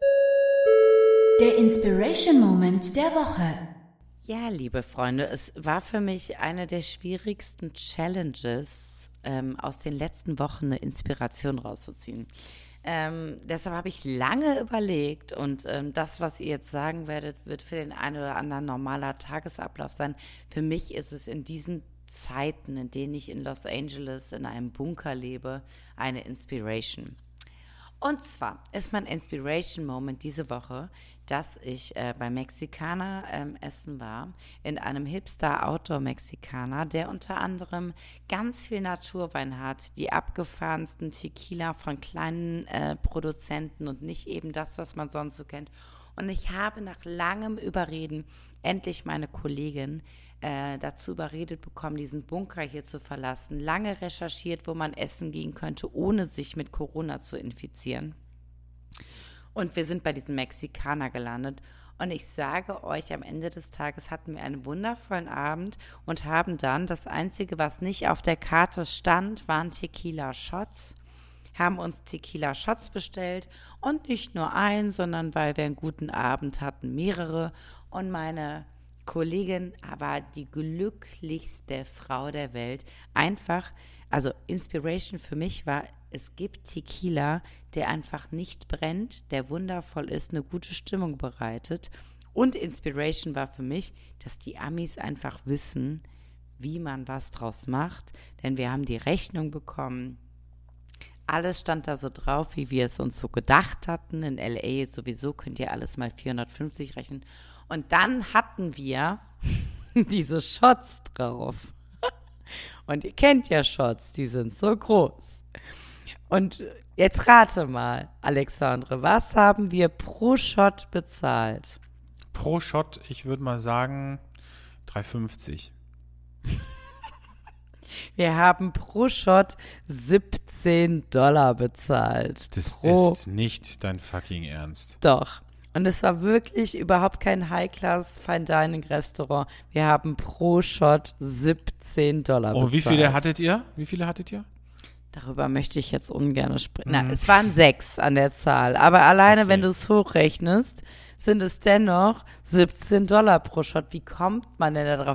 Der Inspiration Moment der Woche. Ja, liebe Freunde, es war für mich eine der schwierigsten Challenges, aus den letzten Wochen eine Inspiration rauszuziehen. Deshalb habe ich lange überlegt und das, was ihr jetzt sagen werdet, wird für den einen oder anderen normaler Tagesablauf sein. Für mich ist es in diesen Zeiten, in denen ich in Los Angeles in einem Bunker lebe, eine Inspiration. Und zwar ist mein Inspiration Moment diese Woche, dass ich beim Mexikaner essen war, in einem Hipster-Outdoor-Mexikaner, der unter anderem ganz viel Naturwein hat, die abgefahrensten Tequila von kleinen Produzenten und nicht eben das, was man sonst so kennt. Und ich habe nach langem Überreden endlich meine Kollegin dazu überredet bekommen, diesen Bunker hier zu verlassen. Lange recherchiert, wo man essen gehen könnte, ohne sich mit Corona zu infizieren. Und wir sind bei diesem Mexikaner gelandet. Und ich sage euch, am Ende des Tages hatten wir einen wundervollen Abend und haben dann, das Einzige, was nicht auf der Karte stand, waren Tequila-Shots. Haben uns Tequila-Shots bestellt und nicht nur einen, sondern weil wir einen guten Abend hatten, mehrere. Und meine Kollegin war die glücklichste Frau der Welt. Einfach, also Inspiration für mich war, es gibt Tequila, der einfach nicht brennt, der wundervoll ist, eine gute Stimmung bereitet. Und Inspiration war für mich, dass die Amis einfach wissen, wie man was draus macht. Denn wir haben die Rechnung bekommen. Alles stand da so drauf, wie wir es uns so gedacht hatten. In L.A. sowieso könnt ihr alles mal 450 rechnen. Und dann hatten wir diese Shots drauf. Und ihr kennt ja Shots, die sind so groß. Und jetzt rate mal, Alexandre, was haben wir pro Shot bezahlt? Pro Shot, ich würde mal sagen 3,50. Wir haben pro Shot $17 bezahlt. Das pro ist nicht dein fucking Ernst. Doch. Und es war wirklich überhaupt kein High-Class-Fine-Dining-Restaurant. Wir haben pro Shot $17 bezahlt. Oh, wie viele hattet ihr? Darüber möchte ich jetzt ungern sprechen. Na, es waren 6 an der Zahl. Aber alleine, Okay. wenn du es hochrechnest, sind es dennoch $17 pro Shot. Wie kommt man denn da drauf?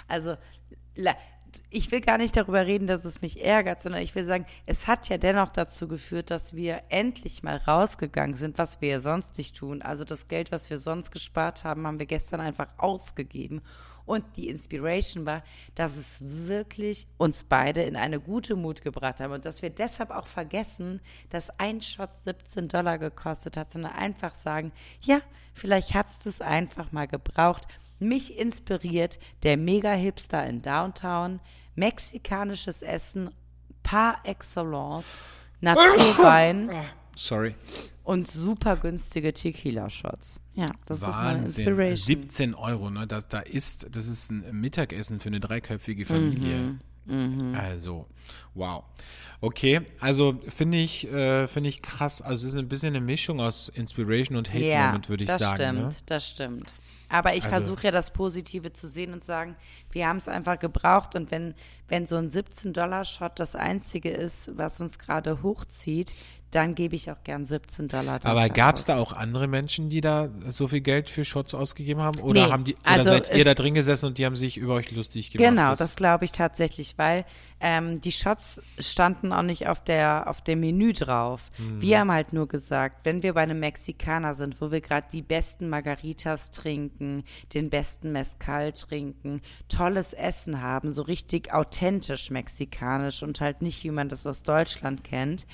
Also, ich will gar nicht darüber reden, dass es mich ärgert, sondern ich will sagen, es hat ja dennoch dazu geführt, dass wir endlich mal rausgegangen sind, was wir ja sonst nicht tun. Also das Geld, was wir sonst gespart haben, haben wir gestern einfach ausgegeben. Und die Inspiration war, dass es wirklich uns beide in eine gute Mut gebracht haben und dass wir deshalb auch vergessen, dass ein Shot $17 gekostet hat, sondern einfach sagen, ja, vielleicht hat es das einfach mal gebraucht. Mich inspiriert der Mega-Hipster in Downtown, mexikanisches Essen par excellence, Naturwein Sorry. und super günstige Tequila-Shots. Ja, das ist meine Wahnsinn. Inspiration. 17 €, ne? Das ist ein Mittagessen für eine dreiköpfige Familie. Also, wow. Okay, also finde ich krass. Also es ist ein bisschen eine Mischung aus Inspiration und Hate-Moment, würde ich sagen. Ja, Ne? das stimmt. Aber ich Also- versuche ja das Positive zu sehen und sagen, wir haben es einfach gebraucht und wenn so ein $17-Shot das Einzige ist, was uns gerade hochzieht, dann gebe ich auch gern $17 dafür Aber gab es aus. da auch andere Menschen, die da so viel Geld für Shots ausgegeben haben? Oder Nee, oder also seid ihr es- da drin gesessen und die haben sich über euch lustig gemacht? Genau, das glaube ich tatsächlich, weil die Shots standen auch nicht auf dem Menü drauf. Wir haben halt nur gesagt, wenn wir bei einem Mexikaner sind, wo wir gerade die besten Margaritas trinken, den besten Mezcal trinken, tolles Essen haben, so richtig authentisch mexikanisch und halt nicht, wie man das aus Deutschland kennt.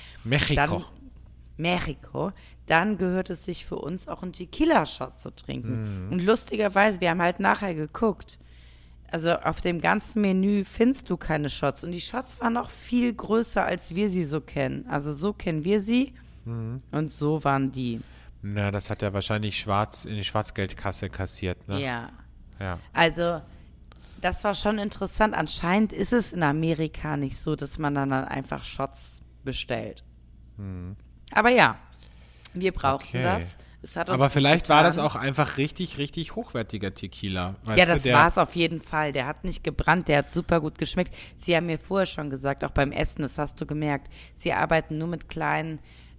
Mexiko, dann gehört es sich für uns auch einen Tequila-Shot zu trinken. Und lustigerweise, wir haben halt nachher geguckt, also auf dem ganzen Menü findest du keine Shots. Und die Shots waren noch viel größer, als wir sie so kennen. Also so kennen wir sie und so waren die. Na, das hat er wahrscheinlich in die Schwarzgeldkasse kassiert, ne? Ja, Ja. also das war schon interessant. Anscheinend ist es in Amerika nicht so, dass man dann einfach Shots bestellt. Aber ja, wir brauchten Okay. das. Es hat uns Aber gut vielleicht war das getan. auch einfach richtig, richtig hochwertiger Tequila. Weißt Ja, du, das war es auf jeden Fall. Der hat nicht gebrannt, der hat super gut geschmeckt. Sie haben mir vorher schon gesagt, auch beim Essen, das hast du gemerkt, sie arbeiten nur mit kleinen,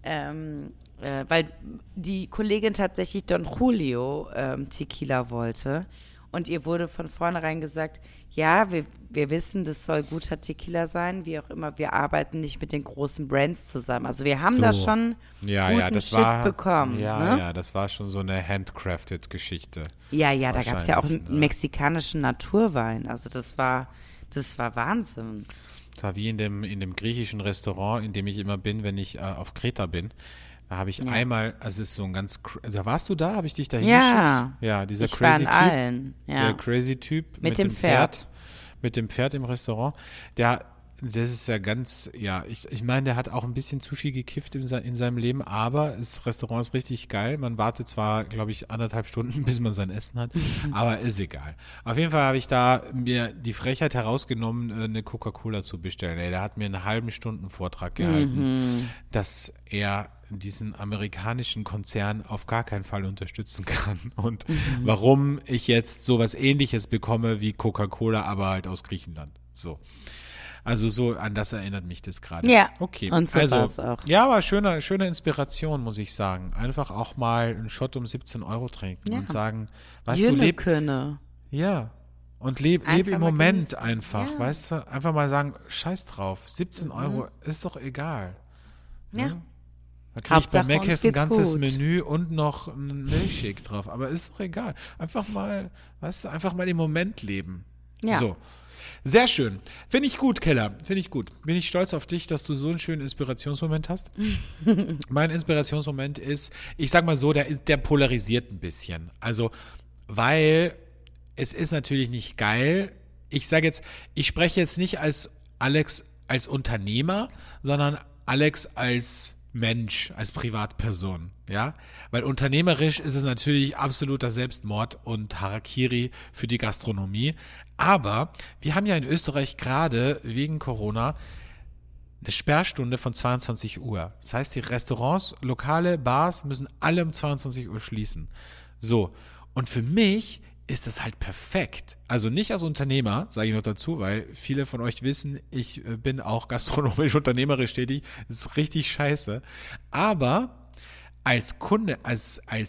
weil die Kollegin tatsächlich Don Julio Tequila wollte. Und ihr wurde von vornherein gesagt, ja, wir wissen, das soll guter Tequila sein, wie auch immer, wir arbeiten nicht mit den großen Brands zusammen. Also wir haben da schon guten das Shit war, bekommen. Ja, ne? ja, das war schon so eine handcrafted Geschichte. Ja, da gab es ja auch Wahrscheinlich, einen mexikanischen Naturwein. Also das war Wahnsinn. Das war wie in dem griechischen Restaurant, in dem ich immer bin, wenn ich auf Kreta bin. Da habe ich einmal, also es ist so ein also warst du da? Habe ich dich da hingeschickt? Ja, dieser ich war crazy in Typ. allen. Ja. Der crazy Typ Mit dem Pferd. Mit dem Pferd im Restaurant. Das ist ja ganz, ja, ich meine, der hat auch ein bisschen zu viel gekifft in seinem Leben, aber das Restaurant ist richtig geil. Man wartet zwar, glaube ich, 1,5 Stunden, bis man sein Essen hat, aber ist egal. Auf jeden Fall habe ich da mir die Frechheit herausgenommen, eine Coca-Cola zu bestellen. Ey, der hat mir einen halben Stunden Vortrag gehalten, dass er diesen amerikanischen Konzern auf gar keinen Fall unterstützen kann und warum ich jetzt sowas Ähnliches bekomme wie Coca-Cola, aber halt aus Griechenland. So. Also so an das erinnert mich das gerade. Ja, Okay. und so also, war's auch. Ja, aber schöne Inspiration, muss ich sagen. Einfach auch mal einen Shot um 17 € trinken Ja. und sagen, weißt du, leb Jünnekönne. leb Einfach im mal Moment genießen. einfach, Ja. weißt du? Einfach mal sagen, scheiß drauf, 17 € ist doch egal. Ja. Ne? Da kriege ich bei Hauptsache, uns Mc's ein geht's ganzes gut. Menü und noch einen Milchshake drauf. Aber ist doch egal. Einfach mal, weißt du, einfach mal im Moment leben. Ja. So. Sehr schön. Finde ich gut, Keller. Finde ich gut. Bin ich stolz auf dich, dass du so einen schönen Inspirationsmoment hast. Mein Inspirationsmoment ist, ich sag mal so, der polarisiert ein bisschen. Also, weil es ist natürlich nicht geil. Ich sage jetzt, ich spreche jetzt nicht als Alex als Unternehmer, sondern Alex als Mensch, als Privatperson, ja, weil unternehmerisch ist es natürlich absoluter Selbstmord und Harakiri für die Gastronomie, aber wir haben ja in Österreich gerade wegen Corona eine Sperrstunde von 22 Uhr. Das heißt, die Restaurants, Lokale, Bars müssen alle um 22 Uhr schließen. So, und für mich ist das halt perfekt. Also nicht als Unternehmer, sage ich noch dazu, weil viele von euch wissen, ich bin auch gastronomisch unternehmerisch tätig. Das ist richtig scheiße. Aber als Kunde, als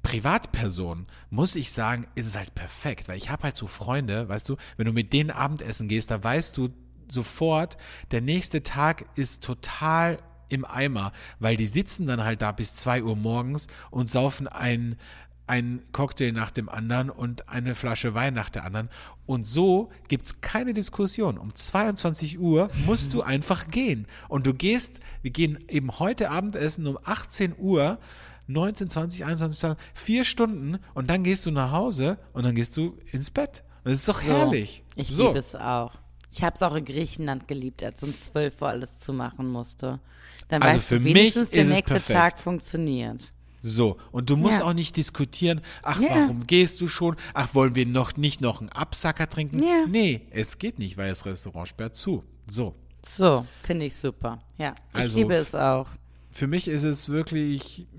Privatperson, muss ich sagen, ist es halt perfekt, weil ich habe halt so Freunde, weißt du, wenn du mit denen Abendessen gehst, da weißt du sofort, der nächste Tag ist total im Eimer, weil die sitzen dann halt da bis 2 Uhr morgens und saufen einen Cocktail nach dem anderen und eine Flasche Wein nach der anderen. Und so gibt's keine Diskussion. Um 22 Uhr musst du einfach gehen. Und wir gehen eben heute Abendessen um 18 Uhr, 19, 20, 21, 20, 4 Stunden und dann gehst du nach Hause und dann gehst du ins Bett. Das ist doch herrlich. Ich liebe es auch. Ich habe es auch in Griechenland geliebt, als um 12 Uhr alles zumachen musste. Dann Also weißt für du mich wenigstens, der ist es nächste perfekt. Tag funktioniert. So, und du musst Ja. auch nicht diskutieren, ach, Ja. warum gehst du schon? Ach, wollen wir nicht noch einen Absacker trinken? Ja. Nee, es geht nicht, weil das Restaurant sperrt zu. So, So, finde ich super. Ja, ich Also, liebe es auch. für mich ist es wirklich,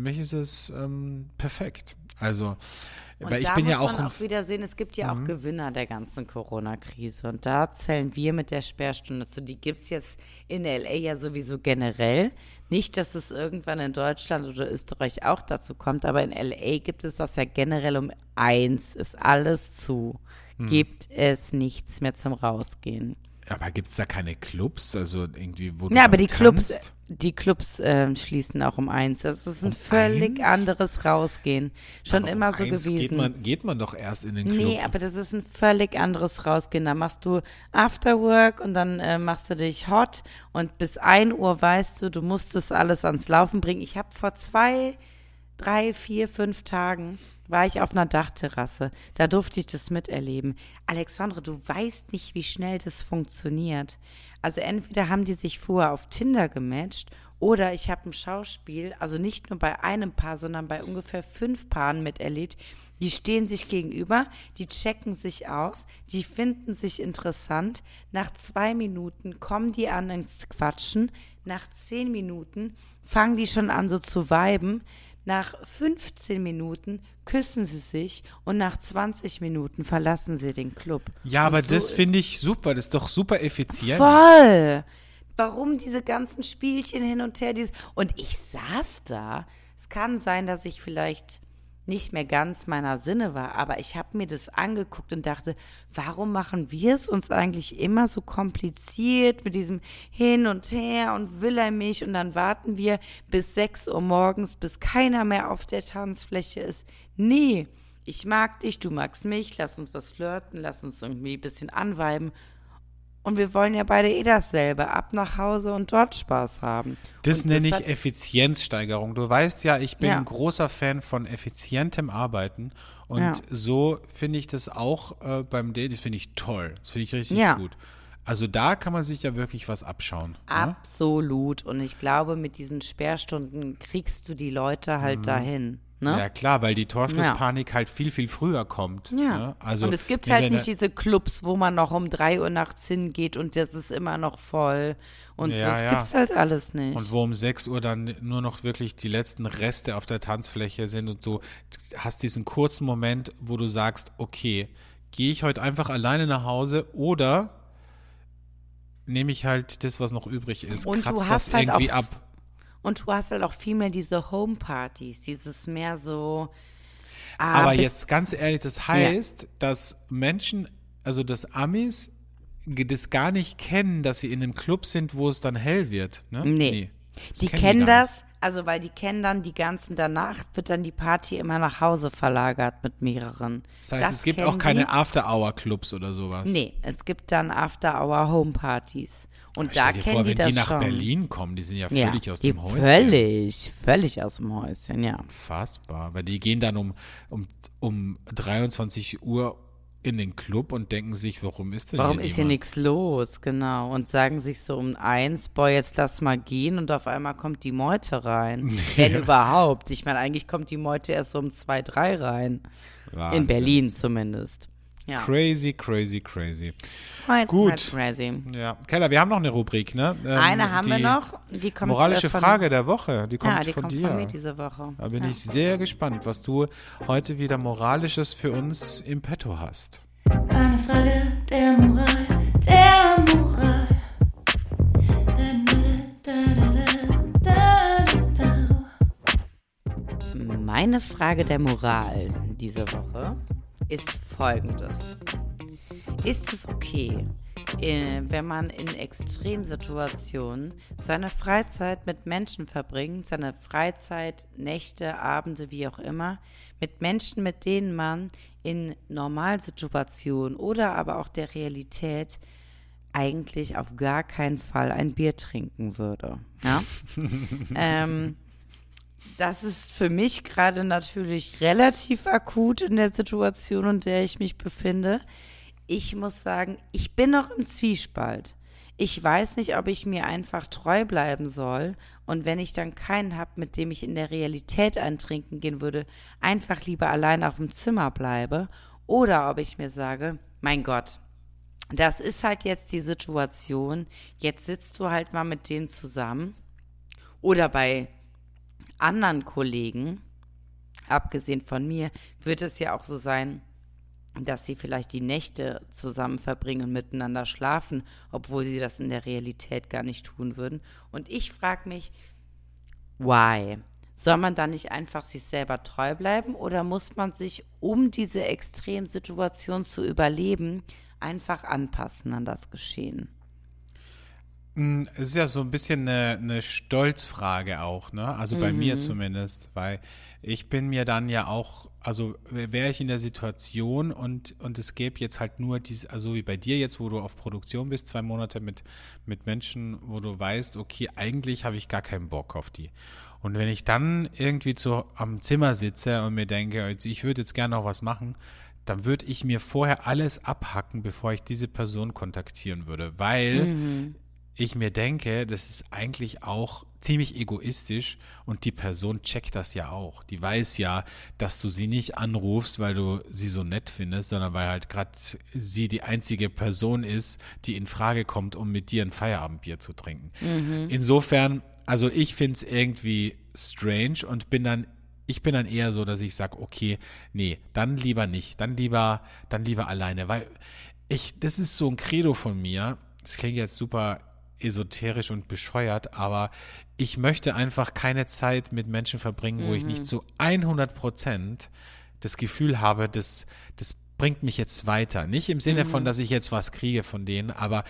perfekt. Also, Und weil ich da bin muss ja auch man auch wieder sehen, es gibt ja auch Gewinner der ganzen Corona-Krise. Und da zählen wir mit der Sperrstunde zu. Die gibt es jetzt in L.A. ja sowieso generell. Nicht, dass es irgendwann in Deutschland oder Österreich auch dazu kommt, aber in L.A. gibt es das ja generell um 1, ist alles zu. Gibt es nichts mehr zum Rausgehen. aber gibt es da keine Clubs, also irgendwie, wo du Ja, aber dann die Clubs schließen auch um 1. Das ist ein Um völlig 1? anderes Rausgehen. Schon Aber immer um so 1 gewesen. geht man doch erst in den Club. Nee, aber das ist ein völlig anderes Rausgehen. Da machst du Afterwork und dann machst du dich hot und bis 1 Uhr weißt du, du musst das alles ans Laufen bringen. Ich habe vor 2, 3, 4, 5 Tagen war ich auf einer Dachterrasse. Da durfte ich das miterleben. Alexandre, du weißt nicht, wie schnell das funktioniert. Also entweder haben die sich vorher auf Tinder gematcht oder ich habe ein Schauspiel, also nicht nur bei einem Paar, sondern bei ungefähr 5 Paaren miterlebt. Die stehen sich gegenüber, die checken sich aus, die finden sich interessant. Nach 2 Minuten kommen die an ins Quatschen. Nach 10 Minuten fangen die schon an so zu viben. Nach 15 Minuten küssen sie sich und nach 20 Minuten verlassen sie den Club. Ja, Und aber so das finde ich super, das ist doch super effizient. voll. Warum diese ganzen Spielchen hin und her? Und ich saß da. Es kann sein, dass ich vielleicht nicht mehr ganz meiner Sinne war, aber ich habe mir das angeguckt und dachte, warum machen wir es uns eigentlich immer so kompliziert mit diesem Hin und Her und will er mich und dann warten wir bis 6 Uhr morgens, bis keiner mehr auf der Tanzfläche ist. Nee, ich mag dich, du magst mich, lass uns was flirten, lass uns irgendwie ein bisschen anweiben. Und wir wollen ja beide dasselbe, ab nach Hause und dort Spaß haben. Das Und nenne ich hat- Effizienzsteigerung. Du weißt ja, ich bin Ja. ein großer Fan von effizientem Arbeiten und Ja. so finde ich das auch beim Date, das finde ich toll. Das finde ich richtig Ja. gut. Also da kann man sich ja wirklich was abschauen. Ne? Absolut. Und ich glaube, mit diesen Sperrstunden kriegst du die Leute halt dahin. Ne? Ja klar, weil die Torschlusspanik halt viel, viel früher kommt. Ja. Ne? Also, und es gibt wenn halt wir nicht diese Clubs, wo man noch um 3 Uhr nachts hingeht und das ist immer noch voll. Und Ja, so, das ja. gibt's halt alles nicht. Und wo um 6 Uhr dann nur noch wirklich die letzten Reste auf der Tanzfläche sind und du hast diesen kurzen Moment, wo du sagst, okay, gehe ich heute einfach alleine nach Hause oder nehme ich halt das, was noch übrig ist, Und du kratz hast das halt irgendwie auch- ab. Und du hast halt auch viel mehr diese Homepartys, dieses mehr so. Aber bis- jetzt ganz ehrlich, das heißt, dass Menschen, also dass Amis das gar nicht kennen, dass sie in einem Club sind, wo es dann hell wird. Ne? Nee. Das Die kennen kennen gar nicht. das, also weil die kennen dann die ganzen, danach wird dann die Party immer nach Hause verlagert mit mehreren. Das heißt, es gibt kennen auch keine die. After-Hour-Clubs oder sowas. Nee, es gibt dann After-Hour-Home-Partys. Und Stell da dir kennen vor, die wenn das die nach schon. Berlin kommen, die sind ja Ja, völlig aus die dem Häuschen. völlig aus dem Häuschen, ja. Unfassbar. Weil die gehen dann um 23 Uhr in den Club und denken sich, warum ist denn Warum hier ist hier niemand? nichts los, genau. Und sagen sich so um 1, boah, jetzt lass mal gehen und auf einmal kommt die Meute rein. Wenn überhaupt. Ich meine, eigentlich kommt die Meute erst so um 2, 3 rein. Wahnsinn. In Berlin zumindest. Ja. Crazy, crazy, crazy. Halt, Gut. halt crazy. Ja, Keller, wir haben noch eine Rubrik, ne? Eine haben wir die noch. Die kommt Moralische von, Frage der Woche, die kommt Ja, die von kommt dir. von mir diese Woche. Da bin Ja. ich sehr gespannt, was du heute wieder Moralisches für uns im Petto hast. Eine Frage der Moral, der Moral. Meine Frage der Moral diese Woche ist folgendes. Ist es okay, wenn man in Extremsituationen seine Freizeit mit Menschen verbringt, seine Freizeit, Nächte, Abende, wie auch immer, mit Menschen, mit denen man in Normalsituationen oder aber auch der Realität eigentlich auf gar keinen Fall ein Bier trinken würde? Ja? Das ist für mich gerade natürlich relativ akut in der Situation, in der ich mich befinde. Ich muss sagen, ich bin noch im Zwiespalt. Ich weiß nicht, ob ich mir einfach treu bleiben soll und wenn ich dann keinen habe, mit dem ich in der Realität eintrinken gehen würde, einfach lieber allein auf dem Zimmer bleibe oder ob ich mir sage, mein Gott, das ist halt jetzt die Situation, jetzt sitzt du halt mal mit denen zusammen oder bei anderen Kollegen, abgesehen von mir, wird es ja auch so sein, dass sie vielleicht die Nächte zusammen verbringen und miteinander schlafen, obwohl sie das in der Realität gar nicht tun würden. Und ich frage mich, why? Soll man da nicht einfach sich selber treu bleiben oder muss man sich, um diese Extremsituation zu überleben, einfach anpassen an das Geschehen? Es ist ja so ein bisschen eine Stolzfrage auch, ne? Also bei mir zumindest, weil ich bin mir dann ja auch, also wäre ich in der Situation und es gäbe jetzt halt nur also wie bei dir jetzt, wo du auf Produktion bist, 2 Monate mit Menschen, wo du weißt, okay, eigentlich habe ich gar keinen Bock auf die. Und wenn ich dann irgendwie am Zimmer sitze und mir denke, ich würde jetzt gerne noch was machen, dann würde ich mir vorher alles abhacken, bevor ich diese Person kontaktieren würde, weil ich mir denke, das ist eigentlich auch ziemlich egoistisch und die Person checkt das ja auch. Die weiß ja, dass du sie nicht anrufst, weil du sie so nett findest, sondern weil halt gerade sie die einzige Person ist, die in Frage kommt, um mit dir ein Feierabendbier zu trinken. Insofern, also ich finde es irgendwie strange und ich bin dann eher so, dass ich sage, okay, nee, dann lieber nicht, dann lieber alleine, weil das ist so ein Credo von mir, das klingt jetzt super esoterisch und bescheuert, aber ich möchte einfach keine Zeit mit Menschen verbringen, wo ich nicht zu 100% das Gefühl habe, das bringt mich jetzt weiter. Nicht im Sinne von, dass ich jetzt was kriege von denen, aber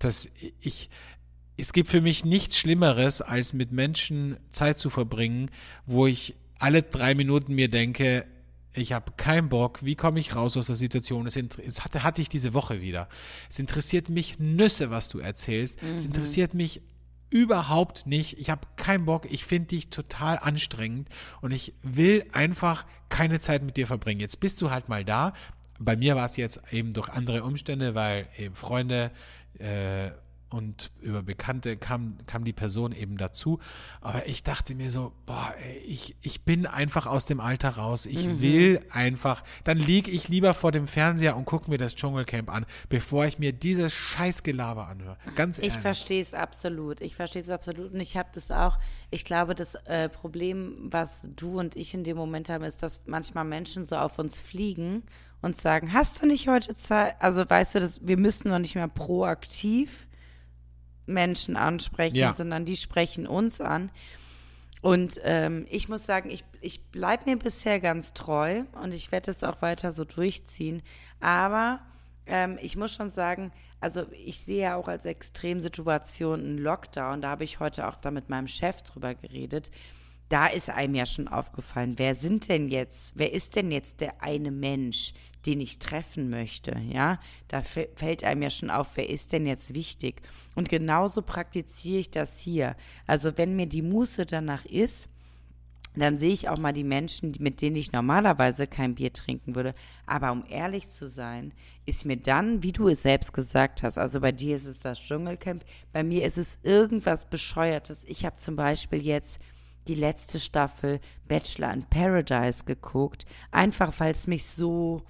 es gibt für mich nichts Schlimmeres, als mit Menschen Zeit zu verbringen, wo ich alle 3 Minuten mir denke, ich habe keinen Bock, wie komme ich raus aus der Situation? Hatte ich diese Woche wieder. Es interessiert mich Nüsse, was du erzählst. Es interessiert mich überhaupt nicht. Ich habe keinen Bock. Ich finde dich total anstrengend und ich will einfach keine Zeit mit dir verbringen. Jetzt bist du halt mal da. Bei mir war es jetzt eben durch andere Umstände, weil eben Freunde und über Bekannte kam die Person eben dazu. Aber ich dachte mir so, boah, ey, ich bin einfach aus dem Alter raus. Ich will einfach, dann liege ich lieber vor dem Fernseher und gucke mir das Dschungelcamp an, bevor ich mir dieses Scheißgelaber anhöre. Ganz ehrlich. Ich verstehe es absolut. Und ich habe das auch, ich glaube, das Problem, was du und ich in dem Moment haben, ist, dass manchmal Menschen so auf uns fliegen und sagen, hast du nicht heute Zeit? Also weißt du, wir müssen noch nicht mehr proaktiv Menschen ansprechen, sondern die sprechen uns an. Und ich muss sagen, ich bleibe mir bisher ganz treu und ich werde es auch weiter so durchziehen. Aber ich muss schon sagen, also ich sehe ja auch als Extremsituation einen Lockdown. Da habe ich heute auch da mit meinem Chef drüber geredet. Da ist einem ja schon aufgefallen, wer ist denn jetzt der eine Mensch, den ich treffen möchte, ja? Da fällt einem ja schon auf, wer ist denn jetzt wichtig? Und genauso praktiziere ich das hier. Also wenn mir die Muße danach ist, dann sehe ich auch mal die Menschen, mit denen ich normalerweise kein Bier trinken würde. Aber um ehrlich zu sein, ist mir dann, wie du es selbst gesagt hast, also bei dir ist es das Dschungelcamp, bei mir ist es irgendwas Bescheuertes. Ich habe zum Beispiel jetzt die letzte Staffel Bachelor in Paradise geguckt, einfach weil es mich so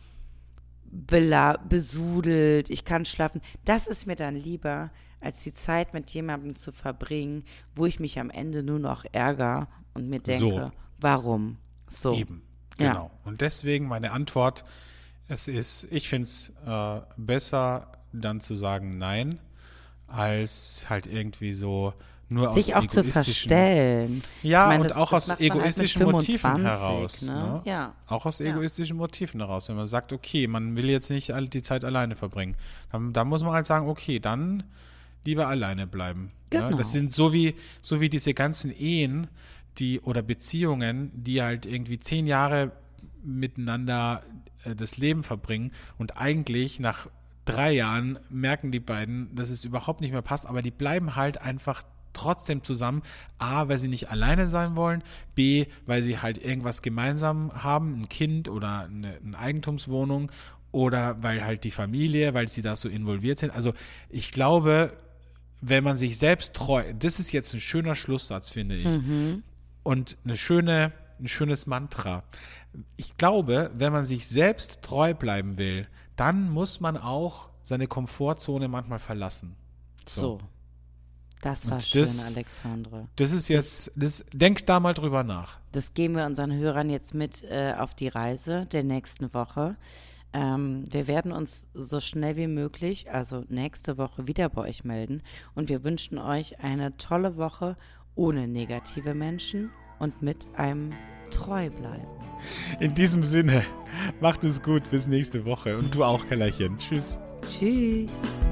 besudelt, ich kann schlafen. Das ist mir dann lieber, als die Zeit mit jemandem zu verbringen, wo ich mich am Ende nur noch ärgere und mir denke, warum? So. Eben, genau. Ja. Und deswegen meine Antwort, ich finde es besser, dann zu sagen nein, als halt irgendwie so nur sich aus auch zu egoistischen... verstellen. Ja, Ich meine, und das- auch das aus macht man halt mit egoistischen Motiven 25, heraus. ne? Ja. Auch aus egoistischen Motiven heraus. Wenn man sagt, okay, man will jetzt nicht die Zeit alleine verbringen, dann muss man halt sagen, okay, dann lieber alleine bleiben. Ja? Genau. Das sind so wie diese ganzen Ehen, oder Beziehungen, die halt irgendwie 10 Jahre miteinander das Leben verbringen und eigentlich nach 3 Jahren merken die beiden, dass es überhaupt nicht mehr passt, aber die bleiben halt einfach trotzdem zusammen. A, weil sie nicht alleine sein wollen, B, weil sie halt irgendwas gemeinsam haben, ein Kind oder eine Eigentumswohnung oder weil halt die Familie, weil sie da so involviert sind. Also ich glaube, wenn man sich selbst treu, das ist jetzt ein schöner Schlusssatz, finde ich, und ein schönes Mantra. Ich glaube, wenn man sich selbst treu bleiben will, dann muss man auch seine Komfortzone manchmal verlassen. So. Das war Und schön, das- Alexandre. Das ist jetzt, denk da mal drüber nach. Das geben wir unseren Hörern jetzt mit auf die Reise der nächsten Woche. Wir werden uns so schnell wie möglich, also nächste Woche, wieder bei euch melden. Und wir wünschen euch eine tolle Woche ohne negative Menschen und mit einem Treubleiben. In diesem Sinne, macht es gut, bis nächste Woche. Und du auch, Kellerchen. Tschüss. Tschüss.